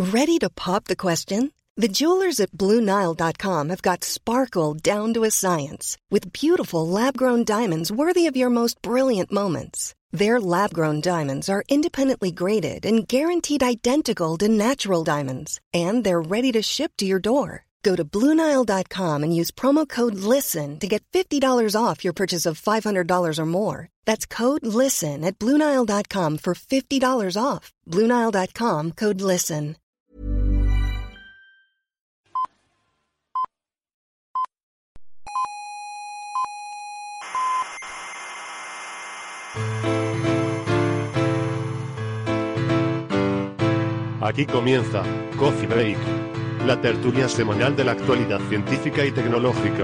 Ready to pop the question? The jewelers at BlueNile.com have got sparkle down to a science with beautiful lab-grown diamonds worthy of your most brilliant moments. Their lab-grown diamonds are independently graded and guaranteed identical to natural diamonds, and they're ready to ship to your door. Go to BlueNile.com and use promo code LISTEN to get $50 off your purchase of $500 or more. That's code LISTEN at BlueNile.com for $50 off. BlueNile.com, code LISTEN. Aquí comienza Coffee Break, la tertulia semanal de la actualidad científica y tecnológica.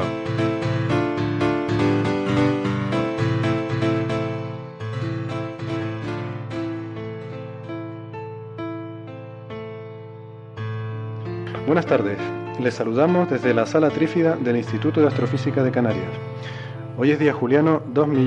Buenas tardes, les saludamos desde la Sala Trífida del Instituto de Astrofísica de Canarias. Hoy es día juliano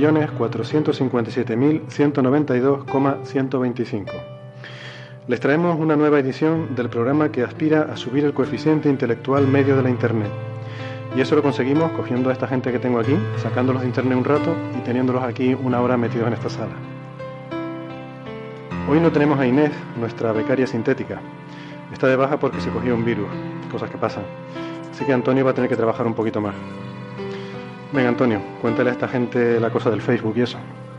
2.457.192,125. Les traemos una nueva edición del programa que aspira a subir el coeficiente intelectual medio de la Internet. Y eso lo conseguimos cogiendo a esta gente que tengo aquí, sacándolos de Internet un rato y teniéndolos aquí una hora metidos en esta sala. Hoy no tenemos a Inés, nuestra becaria sintética. Está de baja porque se cogió un virus, cosas que pasan. Así que Antonio va a tener que trabajar un poquito más. Venga, Antonio, cuéntale a esta gente la cosa del Facebook y eso.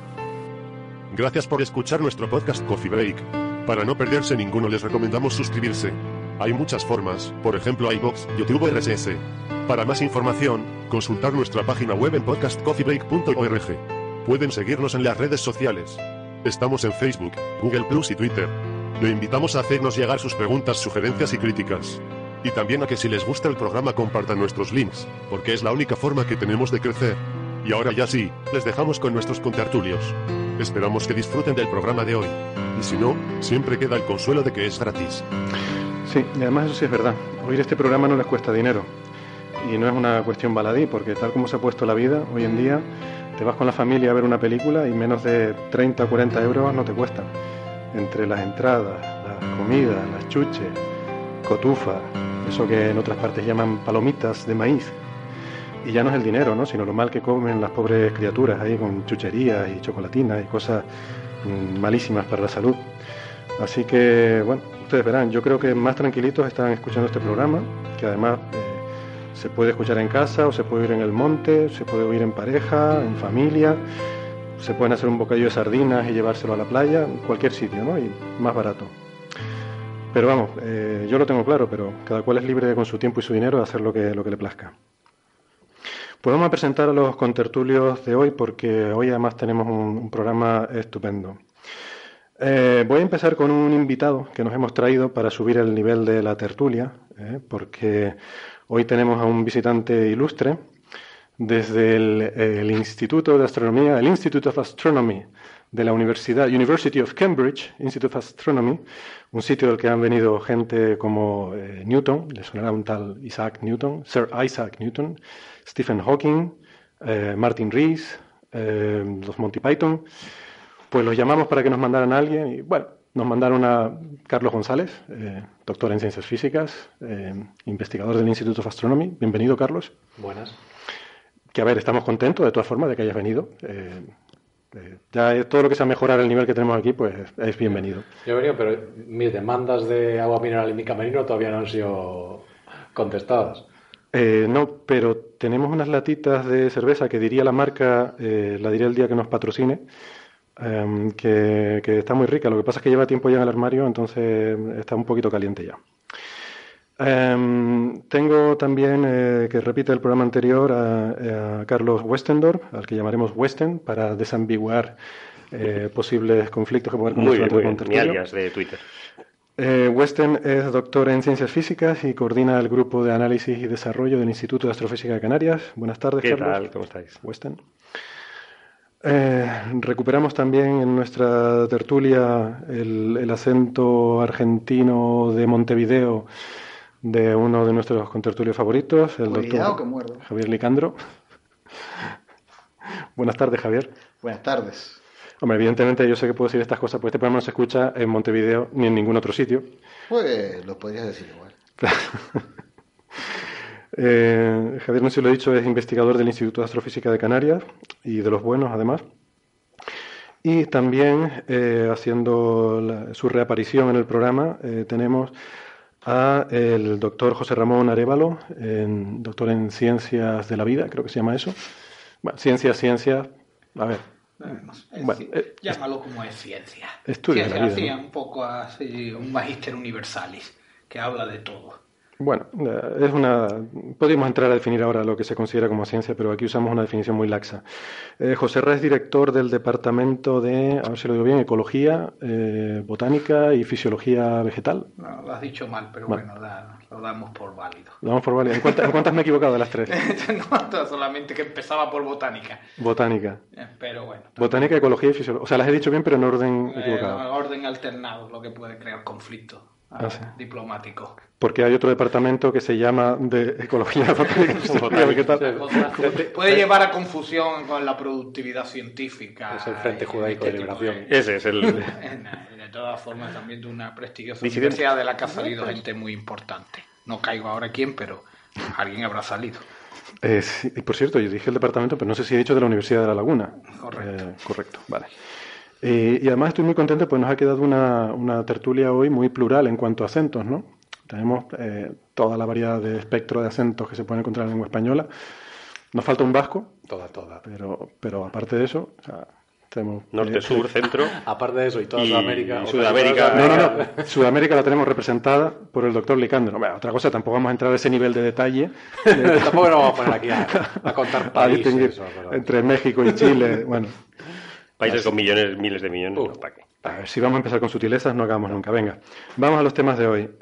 Gracias por escuchar nuestro podcast Coffee Break. Para no perderse ninguno les recomendamos suscribirse. Hay muchas formas, por ejemplo iVoox, YouTube o RSS. Para más información, consultar nuestra página web en podcastcoffeebreak.org. Pueden seguirnos en las redes sociales. Estamos en Facebook, Google Plus y Twitter. Le invitamos a hacernos llegar sus preguntas, sugerencias y críticas. Y también a que si les gusta el programa compartan nuestros links, porque es la única forma que tenemos de crecer. Y ahora ya sí, les dejamos con nuestros contertulios. Esperamos que disfruten del programa de hoy. Y si no, siempre queda el consuelo de que es gratis. Sí, y además eso sí es verdad. Oír este programa no les cuesta dinero. Y no es una cuestión baladí, porque tal como se ha puesto la vida, hoy en día te vas con la familia a ver una película y menos de 30 o 40 euros no te cuestan. Entre las entradas, las comidas, las chuches, cotufa, eso que en otras partes llaman palomitas de maíz. Y ya no es el dinero, ¿no?, sino lo mal que comen las pobres criaturas ahí con chucherías y chocolatinas y cosas malísimas para la salud. Así que, bueno, ustedes verán, yo creo que más tranquilitos están escuchando este programa, que además se puede escuchar en casa o se puede oír en el monte, se puede oír en pareja, en familia, se pueden hacer un bocadillo de sardinas y llevárselo a la playa, en cualquier sitio, ¿no?, y más barato. Pero vamos, yo lo tengo claro, pero cada cual es libre con su tiempo y su dinero de hacer lo que le plazca. Pues vamos a presentar a los contertulios de hoy porque hoy además tenemos un programa estupendo. Voy a empezar con un invitado que nos hemos traído para subir el nivel de la tertulia, porque hoy tenemos a un visitante ilustre desde el Instituto de Astronomía, el Institute of Astronomy de la University of Cambridge, Institute of Astronomy, un sitio del que han venido gente como Newton, le sonará un tal Isaac Newton, Sir Isaac Newton, Stephen Hawking, Martin Rees, los Monty Python. Pues los llamamos para que nos mandaran a alguien y, bueno, nos mandaron a Carlos González, doctor en Ciencias Físicas, investigador del Institute of Astronomy. Bienvenido, Carlos. Buenas. Que a ver, estamos contentos de todas formas de que hayas venido. Ya todo lo que sea mejorar el nivel que tenemos aquí, pues es bienvenido. Yo he venido, pero mis demandas de agua mineral y mica marino todavía no han sido contestadas. No, pero tenemos unas latitas de cerveza que diría la marca, la diré el día que nos patrocine, que está muy rica. Lo que pasa es que lleva tiempo ya en el armario, entonces está un poquito caliente ya. Tengo también, que repite el programa anterior, a Carlos Westendorp, al que llamaremos Westen, para desambiguar posibles conflictos que pueden haber con muy bien, mi alias de Twitter. Westen es doctor en Ciencias Físicas y coordina el Grupo de Análisis y Desarrollo del Instituto de Astrofísica de Canarias. Buenas tardes, ¿Qué Carlos. tal? ¿Cómo estáis? Westen. Recuperamos también en nuestra tertulia el acento argentino de Montevideo de uno de nuestros contertulios favoritos, el doctor Javier Licandro. Buenas tardes, Javier. Buenas tardes. Hombre, evidentemente yo sé que puedo decir estas cosas, porque este programa no se escucha en Montevideo ni en ningún otro sitio. Pues lo podrías decir igual. Javier, no sé si lo he dicho, es investigador del Instituto de Astrofísica de Canarias y de los buenos, además. Y también, haciendo su reaparición en el programa, tenemos a el doctor José Ramón Arévalo, doctor en Ciencias de la Vida, creo que se llama eso. Bueno, ciencia, a ver. Bueno, llámalo como es ciencia. Estudia ciencia, la vida, así, ¿no? un poco así, un Magister Universalis, que habla de todo. Bueno, podríamos entrar a definir ahora lo que se considera como ciencia, pero aquí usamos una definición muy laxa. José Ra es director del departamento de, a ver si lo digo bien, Ecología, Botánica y Fisiología Vegetal. No, lo has dicho mal, pero Vale. bueno, lo damos por válido. Lo damos por válido. ¿En cuántas me he equivocado de las tres? No, solamente que empezaba por botánica. Botánica. Pero bueno. Botánica, Ecología y Fisiología. O sea, las he dicho bien, pero en orden En equivocado. orden alternado, lo que puede crear conflicto Sí. diplomático. Porque hay otro departamento que se llama de Ecología, Botánica y Fisiología Vegetal. Puede llevar a confusión con la productividad científica. Es el Frente Judaico de Liberación. Ese es el... De todas formas, también de una prestigiosa Disidente. universidad de la que ha salido gente muy importante. No caigo ahora quién, pero alguien habrá salido. Sí, y por cierto, yo dije el departamento, pero no sé si he dicho de la Universidad de La Laguna. Correcto. Correcto, vale. Y además estoy muy contento, pues nos ha quedado una tertulia hoy muy plural en cuanto a acentos, ¿no? Tenemos toda la variedad de espectro de acentos que se pueden encontrar en lengua española. Nos falta un vasco, Toda. pero aparte de eso, o sea, tenemos... Norte, sur, centro. Aparte de eso, y toda Y Sudamérica. Sudamérica. No, Sudamérica la tenemos representada por el doctor Licandro. Bueno, otra cosa, tampoco vamos a entrar a ese nivel de detalle. Tampoco nos vamos a poner aquí a contar A países. distinguir entre México y Chile. Bueno, Países con millones, miles de millones. No, ¿para qué? a ver, si vamos a empezar con sutilezas, no hagamos nunca. Venga, vamos a los temas de hoy.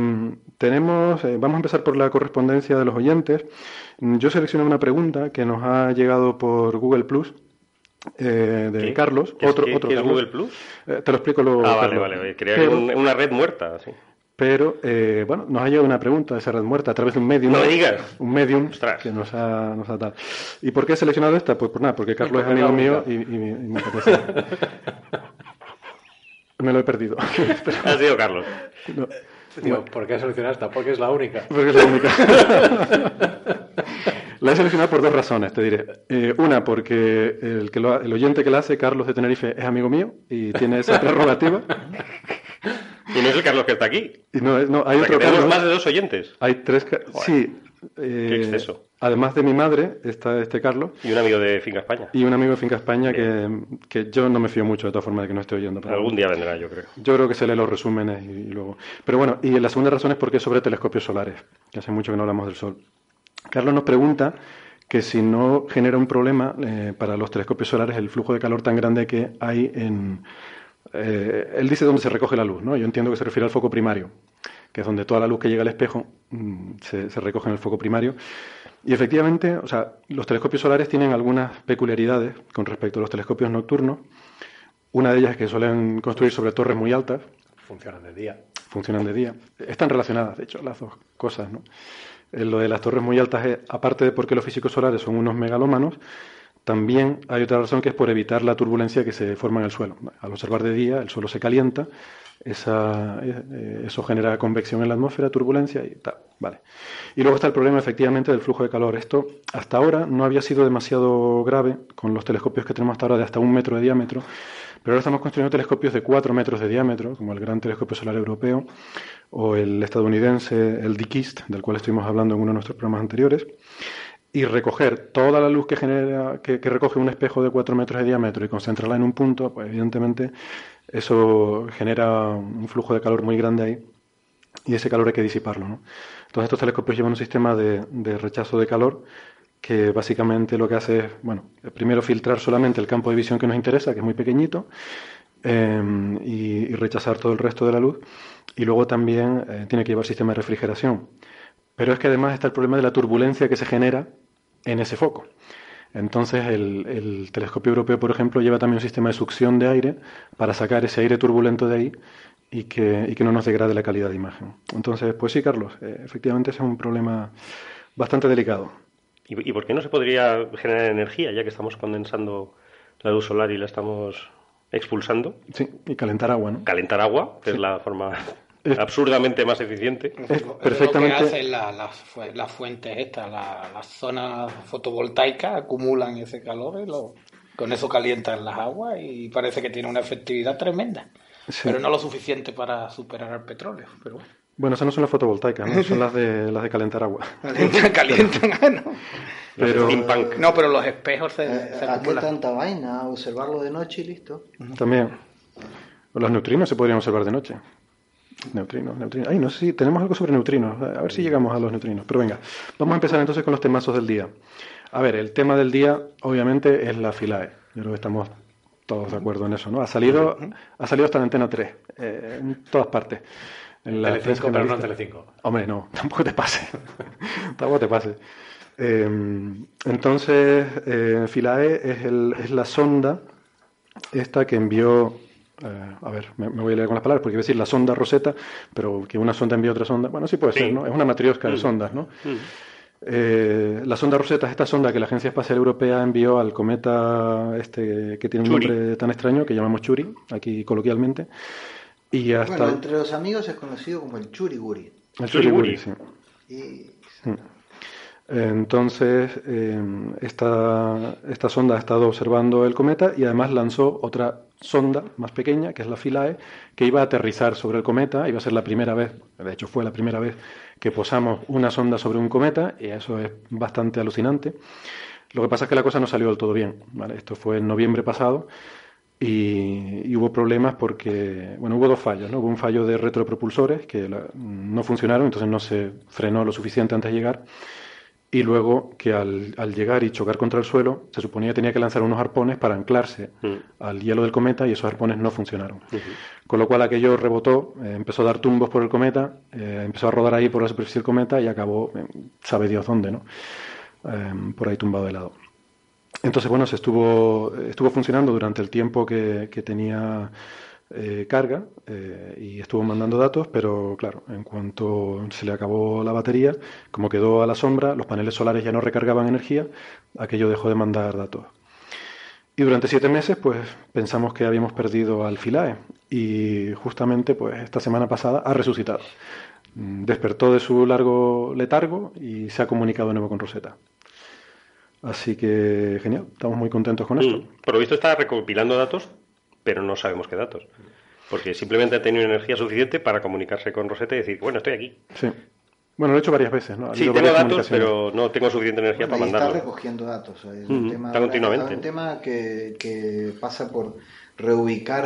Vamos a empezar por la correspondencia de los oyentes. Yo seleccioné una pregunta que nos ha llegado por Google Plus. De ¿Qué? Carlos, ¿Qué es- otro qué es Carlos. Google Plus? Te lo explico luego. Vale, Carlos. vale. Creía Pero- una red muerta, sí. Pero, bueno, nos ha llegado una pregunta de esa red muerta a través de un medium. No me digas. Un medium Ostras. que nos ha dado. ¿Y por qué he seleccionado esta? Pues por nada, porque Carlos es Porque amigo es la mío única. y me apetece. Me lo he perdido. Ha sido Carlos. No, Digo, ¿por qué seleccionar esta? Porque es la única. porque es la única. La he seleccionado por dos razones, te diré. Una, porque el oyente que la hace, Carlos de Tenerife, es amigo mío y tiene esa prerrogativa. Y no es el Carlos que está aquí. Y no, hay O sea, otro que tenemos Carlos. más de 2 oyentes. Hay tres. Sí. Qué exceso. Además de mi madre, está este Carlos. Y un amigo de Finca España. Y un amigo de Finca España que yo no me fío mucho de todas formas de que no esté oyendo. Pero Algún día vendrá, yo creo. yo creo que se lee los resúmenes y luego. Pero bueno, y la segunda razón es porque es sobre telescopios solares, que hace mucho que no hablamos del Sol. Carlos nos pregunta que si no genera un problema para los telescopios solares el flujo de calor tan grande que hay en... él dice dónde se recoge la luz, ¿no? Yo entiendo que se refiere al foco primario, que es donde toda la luz que llega al espejo se recoge en el foco primario. Y efectivamente, o sea, los telescopios solares tienen algunas peculiaridades con respecto a los telescopios nocturnos. Una de ellas es que suelen construir sobre torres muy altas, Funcionan de día. funcionan de día. Están relacionadas, de hecho, las dos cosas, ¿no? Lo de las torres muy altas es, aparte de porque los físicos solares son unos megalómanos, también hay otra razón que es por evitar la turbulencia que se forma en el suelo. Al observar de día, el suelo se calienta, eso genera convección en la atmósfera, turbulencia y tal. Vale. Y luego está el problema, efectivamente, del flujo de calor. Esto hasta ahora no había sido demasiado grave con los telescopios que tenemos hasta ahora de hasta 1 metro de diámetro, pero ahora estamos construyendo telescopios de 4 metros de diámetro, como el Gran Telescopio Solar Europeo o el estadounidense, el DKIST, del cual estuvimos hablando en uno de nuestros programas anteriores. Y recoger toda la luz que genera, que recoge un espejo de 4 metros de diámetro y concentrarla en un punto, pues evidentemente eso genera un flujo de calor muy grande ahí y ese calor hay que disiparlo, ¿no? Entonces estos telescopios llevan un sistema de rechazo de calor que básicamente lo que hace es, bueno, primero filtrar solamente el campo de visión que nos interesa, que es muy pequeñito, y rechazar todo el resto de la luz, y luego también tiene que llevar sistema de refrigeración. Pero es que además está el problema de la turbulencia que se genera en ese foco. Entonces el telescopio europeo, por ejemplo, lleva también un sistema de succión de aire para sacar ese aire turbulento de ahí y que no nos degrade la calidad de imagen. Entonces, pues sí, Carlos, efectivamente ese es un problema bastante delicado. ¿Y por qué no se podría generar energía, ya que estamos condensando la luz solar y la estamos expulsando. Sí, y calentar agua, ¿no? Calentar agua, que es la forma absurdamente más eficiente. Es Lo perfectamente... que hacen las fuentes estas, las zonas fotovoltaicas acumulan ese calor y con eso calientan las aguas y parece que tiene una efectividad tremenda. Sí. Pero no lo suficiente para superar al petróleo. Pero Bueno, esas no son las fotovoltaicas, ¿no? Son las de calentar agua. calientan, ¿no? Pero... Steampunk. No, pero los espejos se ¿A qué acumulan. tanta vaina? Observarlo de noche y listo. También. Los neutrinos se podrían observar de noche. Neutrinos. Ay, no sé si tenemos algo sobre neutrinos. A ver si llegamos a los neutrinos. Pero venga, vamos a empezar entonces con los temazos del día. A ver, el tema del día, obviamente, es la Philae. Yo creo que estamos todos de acuerdo en eso, ¿no? Ha salido hasta en Antena 3, en todas partes. En la Telecinco, pero no en Telecinco. Hombre, no, tampoco te pase. Tampoco te pase. Entonces, Philae es la sonda esta que envió... a ver, me voy a leer con las palabras porque iba a decir la sonda Rosetta, pero que una sonda envía otra sonda. Bueno, sí puede ser, ¿no? Es una matriosca de sondas, ¿no? La sonda Rosetta es esta sonda que la Agencia Espacial Europea envió al cometa este que tiene un nombre tan extraño que llamamos Churi, aquí coloquialmente. Y hasta... Bueno, entre los amigos es conocido como el Churiguri. El Churiguri, sí. Y... Entonces, esta sonda ha estado observando el cometa y además lanzó otra sonda más pequeña, que es la Philae, que iba a aterrizar sobre el cometa. Iba a ser la primera vez, de hecho fue la primera vez que posamos una sonda sobre un cometa, y eso es bastante alucinante. Lo que pasa es que la cosa no salió del todo bien, ¿vale? Esto fue en noviembre pasado y hubo problemas porque, bueno, hubo dos fallos, ¿no? Hubo un fallo de retropropulsores que no funcionaron, entonces no se frenó lo suficiente antes de llegar. Y luego que al llegar y chocar contra el suelo, se suponía que tenía que lanzar unos arpones para anclarse al hielo del cometa, y esos arpones no funcionaron. Con lo cual aquello rebotó, empezó a dar tumbos por el cometa, empezó a rodar ahí por la superficie del cometa y acabó, sabe Dios dónde, ¿no? Por ahí tumbado de lado. Entonces, bueno, se estuvo funcionando durante el tiempo que tenía carga, y estuvo mandando datos, pero claro, en cuanto se le acabó la batería, como quedó a la sombra, los paneles solares ya no recargaban energía, aquello dejó de mandar datos. Y durante 7 meses, pues pensamos que habíamos perdido al Philae, y justamente, pues esta semana pasada ha resucitado. Despertó de su largo letargo y se ha comunicado de nuevo con Rosetta. Así que genial, estamos muy contentos con esto. Por lo visto está recopilando datos, pero no sabemos qué datos. Porque simplemente ha tenido energía suficiente para comunicarse con Rosetta y decir, bueno, estoy aquí. Sí. Bueno, lo he hecho varias veces, ¿no? Sí, tengo datos, pero no tengo suficiente energía para mandarlo. Está recogiendo datos. Es un tema, está continuamente. Es un tema que pasa por reubicar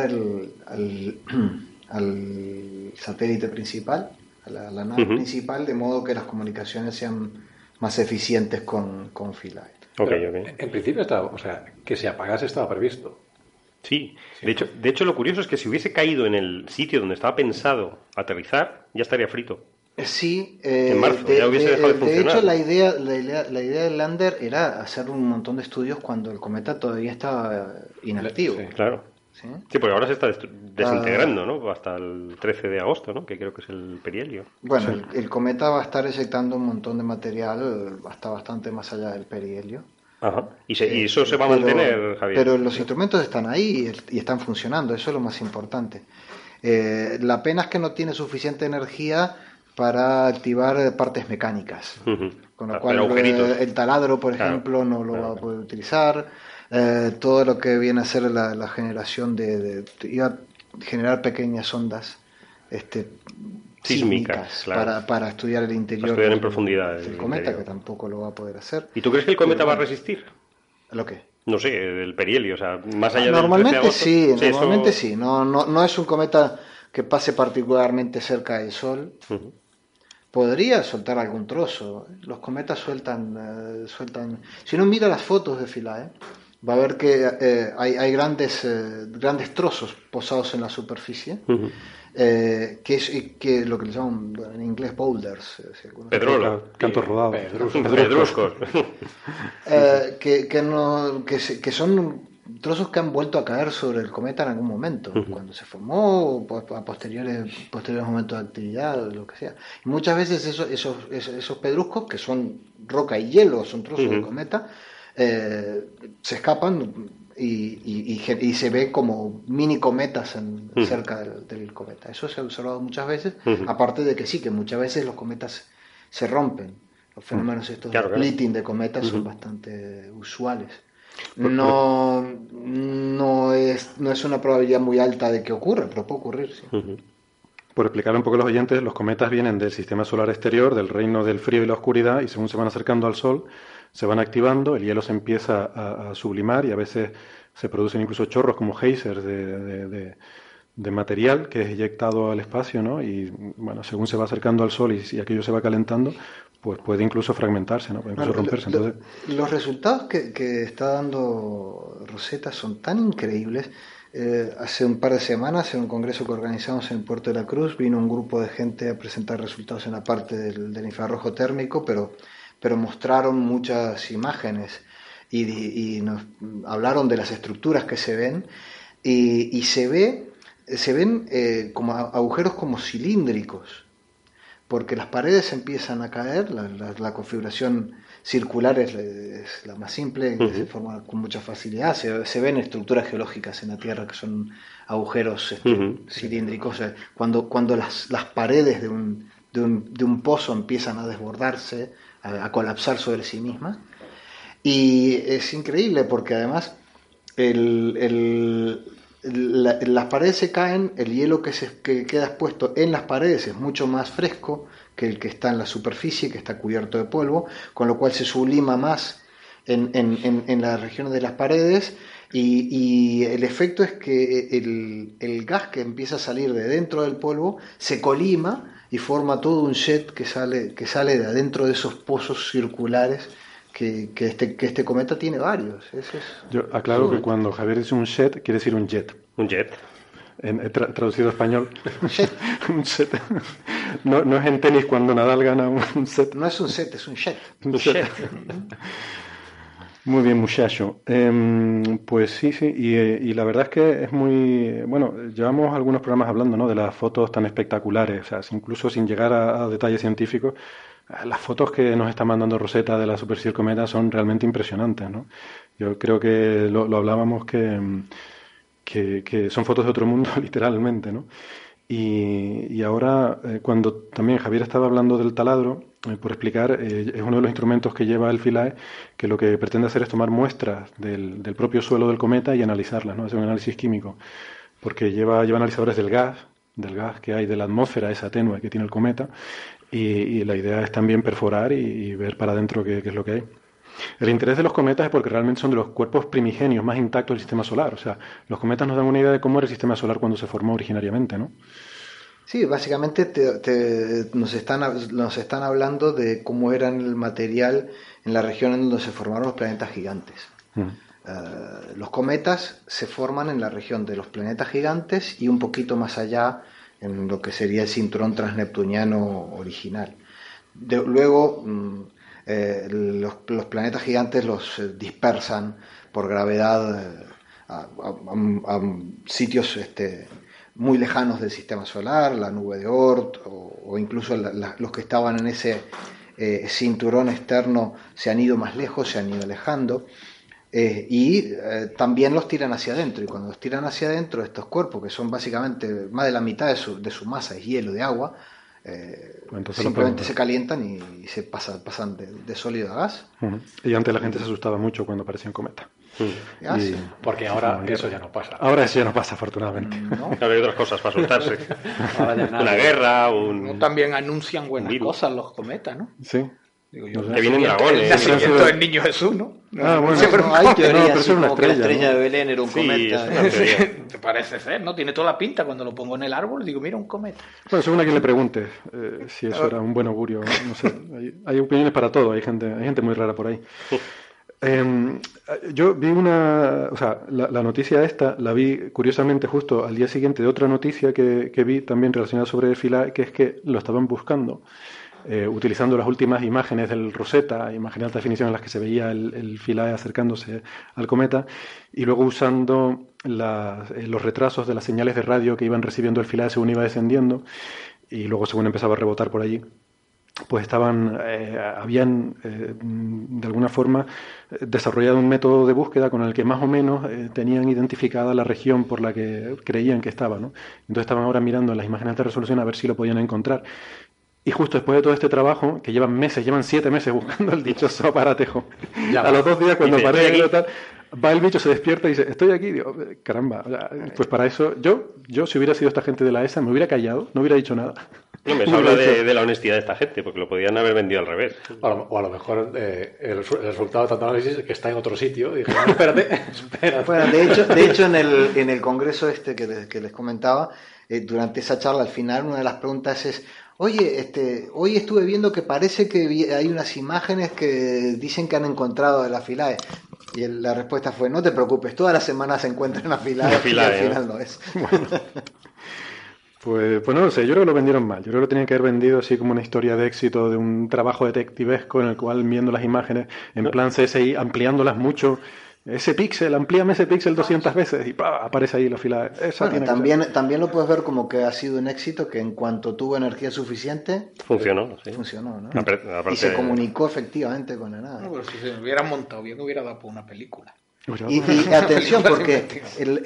al satélite principal, a la nave principal, de modo que las comunicaciones sean más eficientes con Philae. Okay. En principio estaba, o sea, que se apagase estaba previsto. Sí, de hecho lo curioso es que si hubiese caído en el sitio donde estaba pensado aterrizar, ya estaría frito. Sí, en marzo ya hubiese dejado de funcionar. De hecho, la idea del lander era hacer un montón de estudios cuando el cometa todavía estaba inactivo. Sí, claro. Sí, porque ahora se está desintegrando, ¿no? Hasta el 13 de agosto, ¿no? Que creo que es el perihelio. Bueno, sí. El cometa va a estar eyectando un montón de material hasta bastante más allá del perihelio. Ajá. Y eso se va a mantener, Javier. Pero los instrumentos están ahí y están funcionando, eso es lo más importante. La pena es que no tiene suficiente energía para activar partes mecánicas. Con lo cual el taladro, por ejemplo, no lo va a poder utilizar. Todo lo que viene a ser la generación iba a generar pequeñas ondas sísmicas, claro, para estudiar el interior, estudiar en profundidad del cometa, que tampoco lo va a poder hacer. ¿Y tú crees que el cometa va a resistir? ¿Lo qué? No sé, el perihelio, o sea, más allá normalmente del 13 de agosto. Normalmente sí. No es un cometa que pase particularmente cerca del Sol. Podría soltar algún trozo. Los cometas sueltan. Si uno mira las fotos de Philae, va a ver que hay grandes trozos posados en la superficie, que es lo que le llaman en inglés boulders. Pedrolo. Cantos rodados. Pedruscos. Que son trozos que han vuelto a caer sobre el cometa en algún momento, cuando se formó, a posteriores momentos de actividad, lo que sea. Y muchas veces esos pedruscos, que son roca y hielo, son trozos del cometa, se escapan y se ve como mini cometas cerca del cometa. Eso se ha observado muchas veces, aparte de que sí, que muchas veces los cometas se rompen. Los fenómenos estos de splitting de cometas son bastante usuales. No es una probabilidad muy alta de que ocurra, pero puede ocurrir, sí. Por explicar un poco a los oyentes, los cometas vienen del sistema solar exterior, del reino del frío y la oscuridad, y según se van acercando al Sol, se van activando, el hielo se empieza a sublimar y a veces se producen incluso chorros como geysers de material que es eyectado al espacio, ¿no? Y bueno, según se va acercando al Sol y aquello se va calentando, pues puede incluso fragmentarse, ¿no? Puede incluso romperse. Entonces... Los resultados que está dando Rosetta son tan increíbles. Hace un par de semanas, en un congreso que organizamos en Puerto de la Cruz, vino un grupo de gente a presentar resultados en la parte del infrarrojo térmico, pero mostraron muchas imágenes y nos hablaron de las estructuras que se ven y se ven como agujeros como cilíndricos, porque las paredes empiezan a caer, la configuración circular es la más simple, que se forma con mucha facilidad. Se ven estructuras geológicas en la Tierra que son agujeros cilíndricos. Cuando las paredes de un pozo empiezan a desbordarse, a colapsar sobre sí mismas. Y es increíble porque además las paredes se caen, el hielo que queda expuesto en las paredes es mucho más fresco que el que está en la superficie, que está cubierto de polvo, con lo cual se sublima más en las regiones de las paredes y el efecto es que el gas que empieza a salir de dentro del polvo se colima y forma todo un jet que sale de adentro de esos pozos circulares que este cometa tiene varios. Yo aclaro que cuando Javier dice un jet, quiere decir un jet. Un jet. Traducido a español. Un set. No es en tenis cuando Nadal gana un set. No es un set, es un jet. Un jet. Muy bien, muchacho. Pues sí, y la verdad es que es muy... Bueno, llevamos algunos programas hablando, ¿no?, de las fotos tan espectaculares, o sea, incluso sin llegar a detalles científicos. Las fotos que nos está mandando Rosetta de la superficie del cometa son realmente impresionantes, ¿no? Yo creo que lo hablábamos que son fotos de otro mundo, literalmente, ¿no? Y ahora, cuando también Javier estaba hablando del taladro, por explicar, es uno de los instrumentos que lleva el Philae, que lo que pretende hacer es tomar muestras del propio suelo del cometa y analizarlas, ¿no? Hacer un análisis químico, porque lleva analizadores del gas que hay de la atmósfera, esa tenue que tiene el cometa, y la idea es también perforar y ver para adentro qué es lo que hay. El interés de los cometas es porque realmente son de los cuerpos primigenios más intactos del sistema solar. O sea, los cometas nos dan una idea de cómo era el sistema solar cuando se formó originariamente, ¿no? Sí, básicamente nos están hablando de cómo era el material en la región en donde se formaron los planetas gigantes. Los cometas se forman en la región de los planetas gigantes y un poquito más allá en lo que sería el cinturón transneptuniano original. Luego los planetas gigantes los dispersan por gravedad a sitios muy lejanos del sistema solar, la nube de Oort o incluso los que estaban en ese cinturón externo se han ido más lejos, se han ido alejando. También los tiran hacia adentro, y cuando los tiran hacia adentro, estos cuerpos, que son básicamente más de la mitad de su masa es hielo de agua, simplemente se calientan y se pasan de sólido a gas. Y antes la gente se asustaba mucho cuando aparecían cometas. Sí. Porque ahora eso ya no pasa. Ahora eso ya no pasa, afortunadamente. ¿No? Ahora hay otras cosas para asustarse. Una guerra, También anuncian buenas cosas los cometas, ¿no? Sí. Digo yo, que vienen dragones. El nacimiento del niño Jesús, ¿no? Bueno, no hay teorías pero es una como que la estrella, estrella ¿no? de Belén era un cometa. Te parece ser, ¿no? Tiene toda la pinta. Cuando lo pongo en el árbol, digo, mira, un cometa. Bueno, según a quien le pregunte si eso era un buen augurio, no sé. Hay opiniones para todo, hay gente muy rara por ahí. Yo vi la noticia esta la vi curiosamente justo al día siguiente de otra noticia que vi también relacionada sobre el Philae, que es que lo estaban buscando utilizando las últimas imágenes del Rosetta, imágenes de alta definición en las que se veía el Philae acercándose al cometa, y luego usando los retrasos de las señales de radio que iban recibiendo el Philae según iba descendiendo y luego según empezaba a rebotar por allí. pues habían de alguna forma desarrollado un método de búsqueda con el que más o menos tenían identificada la región por la que creían que estaba, ¿no? Entonces estaban ahora mirando las imágenes de resolución a ver si lo podían encontrar. Y justo después de todo este trabajo, que llevan 7 meses buscando el dichoso aparatejo, a los 2 días cuando aparece tal, va el bicho, se despierta y dice, estoy aquí. Digo, caramba, pues para eso, yo si hubiera sido esta gente de la ESA, me hubiera callado, no hubiera dicho nada. No, me habla de la honestidad de esta gente, porque lo podían haber vendido al revés. O a lo mejor el resultado de tanto análisis es que está en otro sitio. Y dije, no, espérate. Bueno, de hecho en el congreso que les comentaba, durante esa charla, al final, una de las preguntas es, oye, hoy estuve viendo que parece que hay unas imágenes que dicen que han encontrado de la Philae. Y la respuesta fue, no te preocupes, todas las semanas se encuentran a Philae y al final no es. Bueno. Pues no lo sé, yo creo que lo vendieron mal. Yo creo que lo tenían que haber vendido así como una historia de éxito, de un trabajo detectivesco en el cual viendo las imágenes en plan CSI, ampliándolas mucho. Amplíame ese píxel 200 veces y ¡pah! Aparece ahí la fila. También lo puedes ver como que ha sido un éxito, que en cuanto tuvo energía suficiente funcionó, ¿no? Aparte, y se comunicó efectivamente con la nave. No, pero si se hubiera montado bien, hubiera dado por una película. Y atención, porque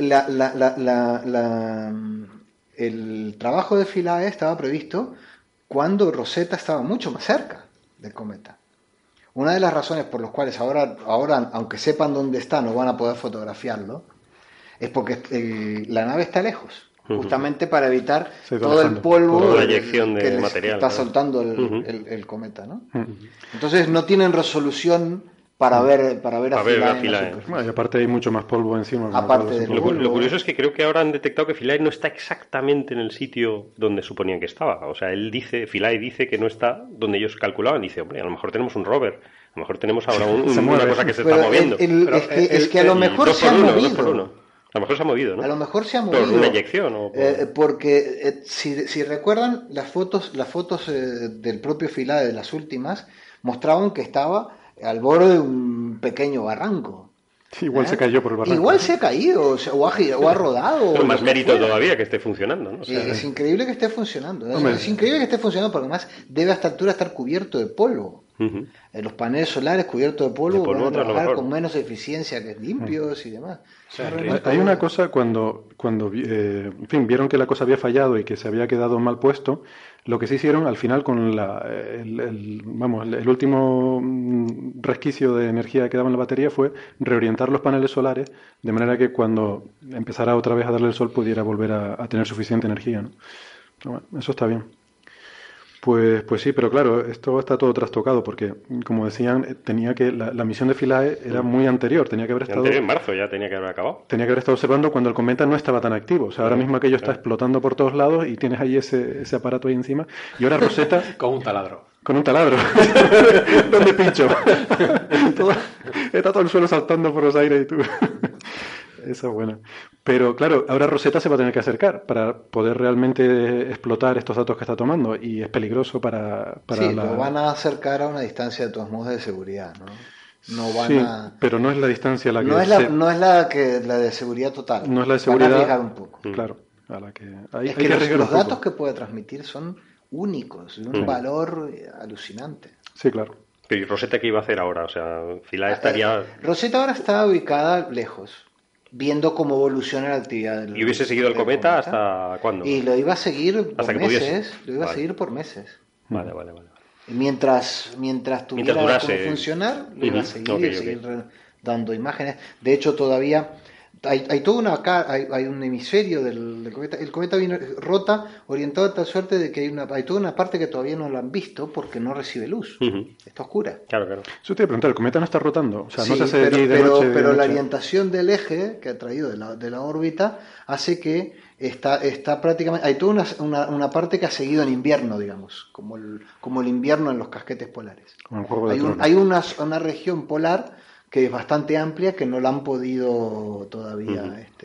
el trabajo de Philae estaba previsto cuando Rosetta estaba mucho más cerca del cometa. Una de las razones por las cuales ahora, aunque sepan dónde está, no van a poder fotografiarlo, es porque la nave está lejos, justamente para evitar todo el polvo la eyección de que material, está soltando el cometa, ¿no? Entonces no tienen resolución para ver a Philae. Bueno, y aparte hay mucho más polvo encima. Aparte del polvo. Lo curioso es que creo que ahora han detectado que Philae no está exactamente en el sitio donde suponían que estaba. O sea, Philae dice que no está donde ellos calculaban. Dice, hombre, a lo mejor tenemos un rover. A lo mejor tenemos ahora una cosa que se está moviendo. Es que a lo mejor se ha movido. A lo mejor se ha movido, ¿no? A lo mejor se ha movido. ¿Por una eyección? Porque si recuerdan, las fotos del propio Philae, de las últimas, mostraban que estaba al borde de un pequeño barranco. Igual se cayó por el barranco. Igual se ha caído, o ha rodado. Con más mérito todavía que esté funcionando, ¿no? O sea, es increíble que esté funcionando. Es increíble que esté funcionando porque además debe a esta altura estar cubierto de polvo. Los paneles solares cubiertos de polvo van a trabajar con menos eficiencia que limpios y demás. Hay una cosa cuando vieron que la cosa había fallado y que se había quedado mal puesto. Lo que se hicieron al final con el último resquicio de energía que daba en la batería fue reorientar los paneles solares de manera que cuando empezara otra vez a darle el sol pudiera volver a tener suficiente energía, ¿no? Bueno, eso está bien. Pues sí, pero claro, esto está todo trastocado porque, como decían, la misión de Philae era muy anterior, tenía que haber estado... en marzo ya tenía que haber acabado. Tenía que haber estado observando cuando el cometa no estaba tan activo. O sea, ahora mismo aquello está explotando por todos lados y tienes ahí ese aparato ahí encima. Y ahora Rosetta... Con un taladro. Con un taladro. ¿Dónde pincho? Está todo el suelo saltando por los aires y tú... Esa es buena. Pero claro, ahora Rosetta se va a tener que acercar para poder realmente explotar estos datos que está tomando y es peligroso para lo van a acercar a una distancia de todos modos de seguridad, ¿no? No van pero no es la distancia la que... No es la de seguridad total. No es la de seguridad... Van a arriesgar un poco. Claro. A la que es que los datos que puede transmitir son únicos, de un valor alucinante. Sí, claro. ¿Y Rosetta qué iba a hacer ahora? O sea, Philae estaría... Rosetta ahora está ubicada lejos, viendo cómo evoluciona la actividad del... ¿Y hubiese seguido el cometa hasta cuándo? Y lo iba a seguir por meses. Lo iba a vale. seguir por meses. Vale. Mientras tuviera cómo funcionar, lo iba a seguir, seguir dando imágenes. De hecho, todavía hay toda hay un hemisferio del cometa. El cometa rota orientado de tal suerte de que hay toda una parte que todavía no lo han visto porque no recibe luz. Está oscura. Claro. Eso te iba a preguntar, ¿el cometa no está rotando? O sea, sí, no se hace pero la orientación del eje que ha traído de la órbita hace que está prácticamente... Hay toda una parte que ha seguido en invierno, digamos, como el invierno en los casquetes polares. Hay una región polar que es bastante amplia, que no la han podido todavía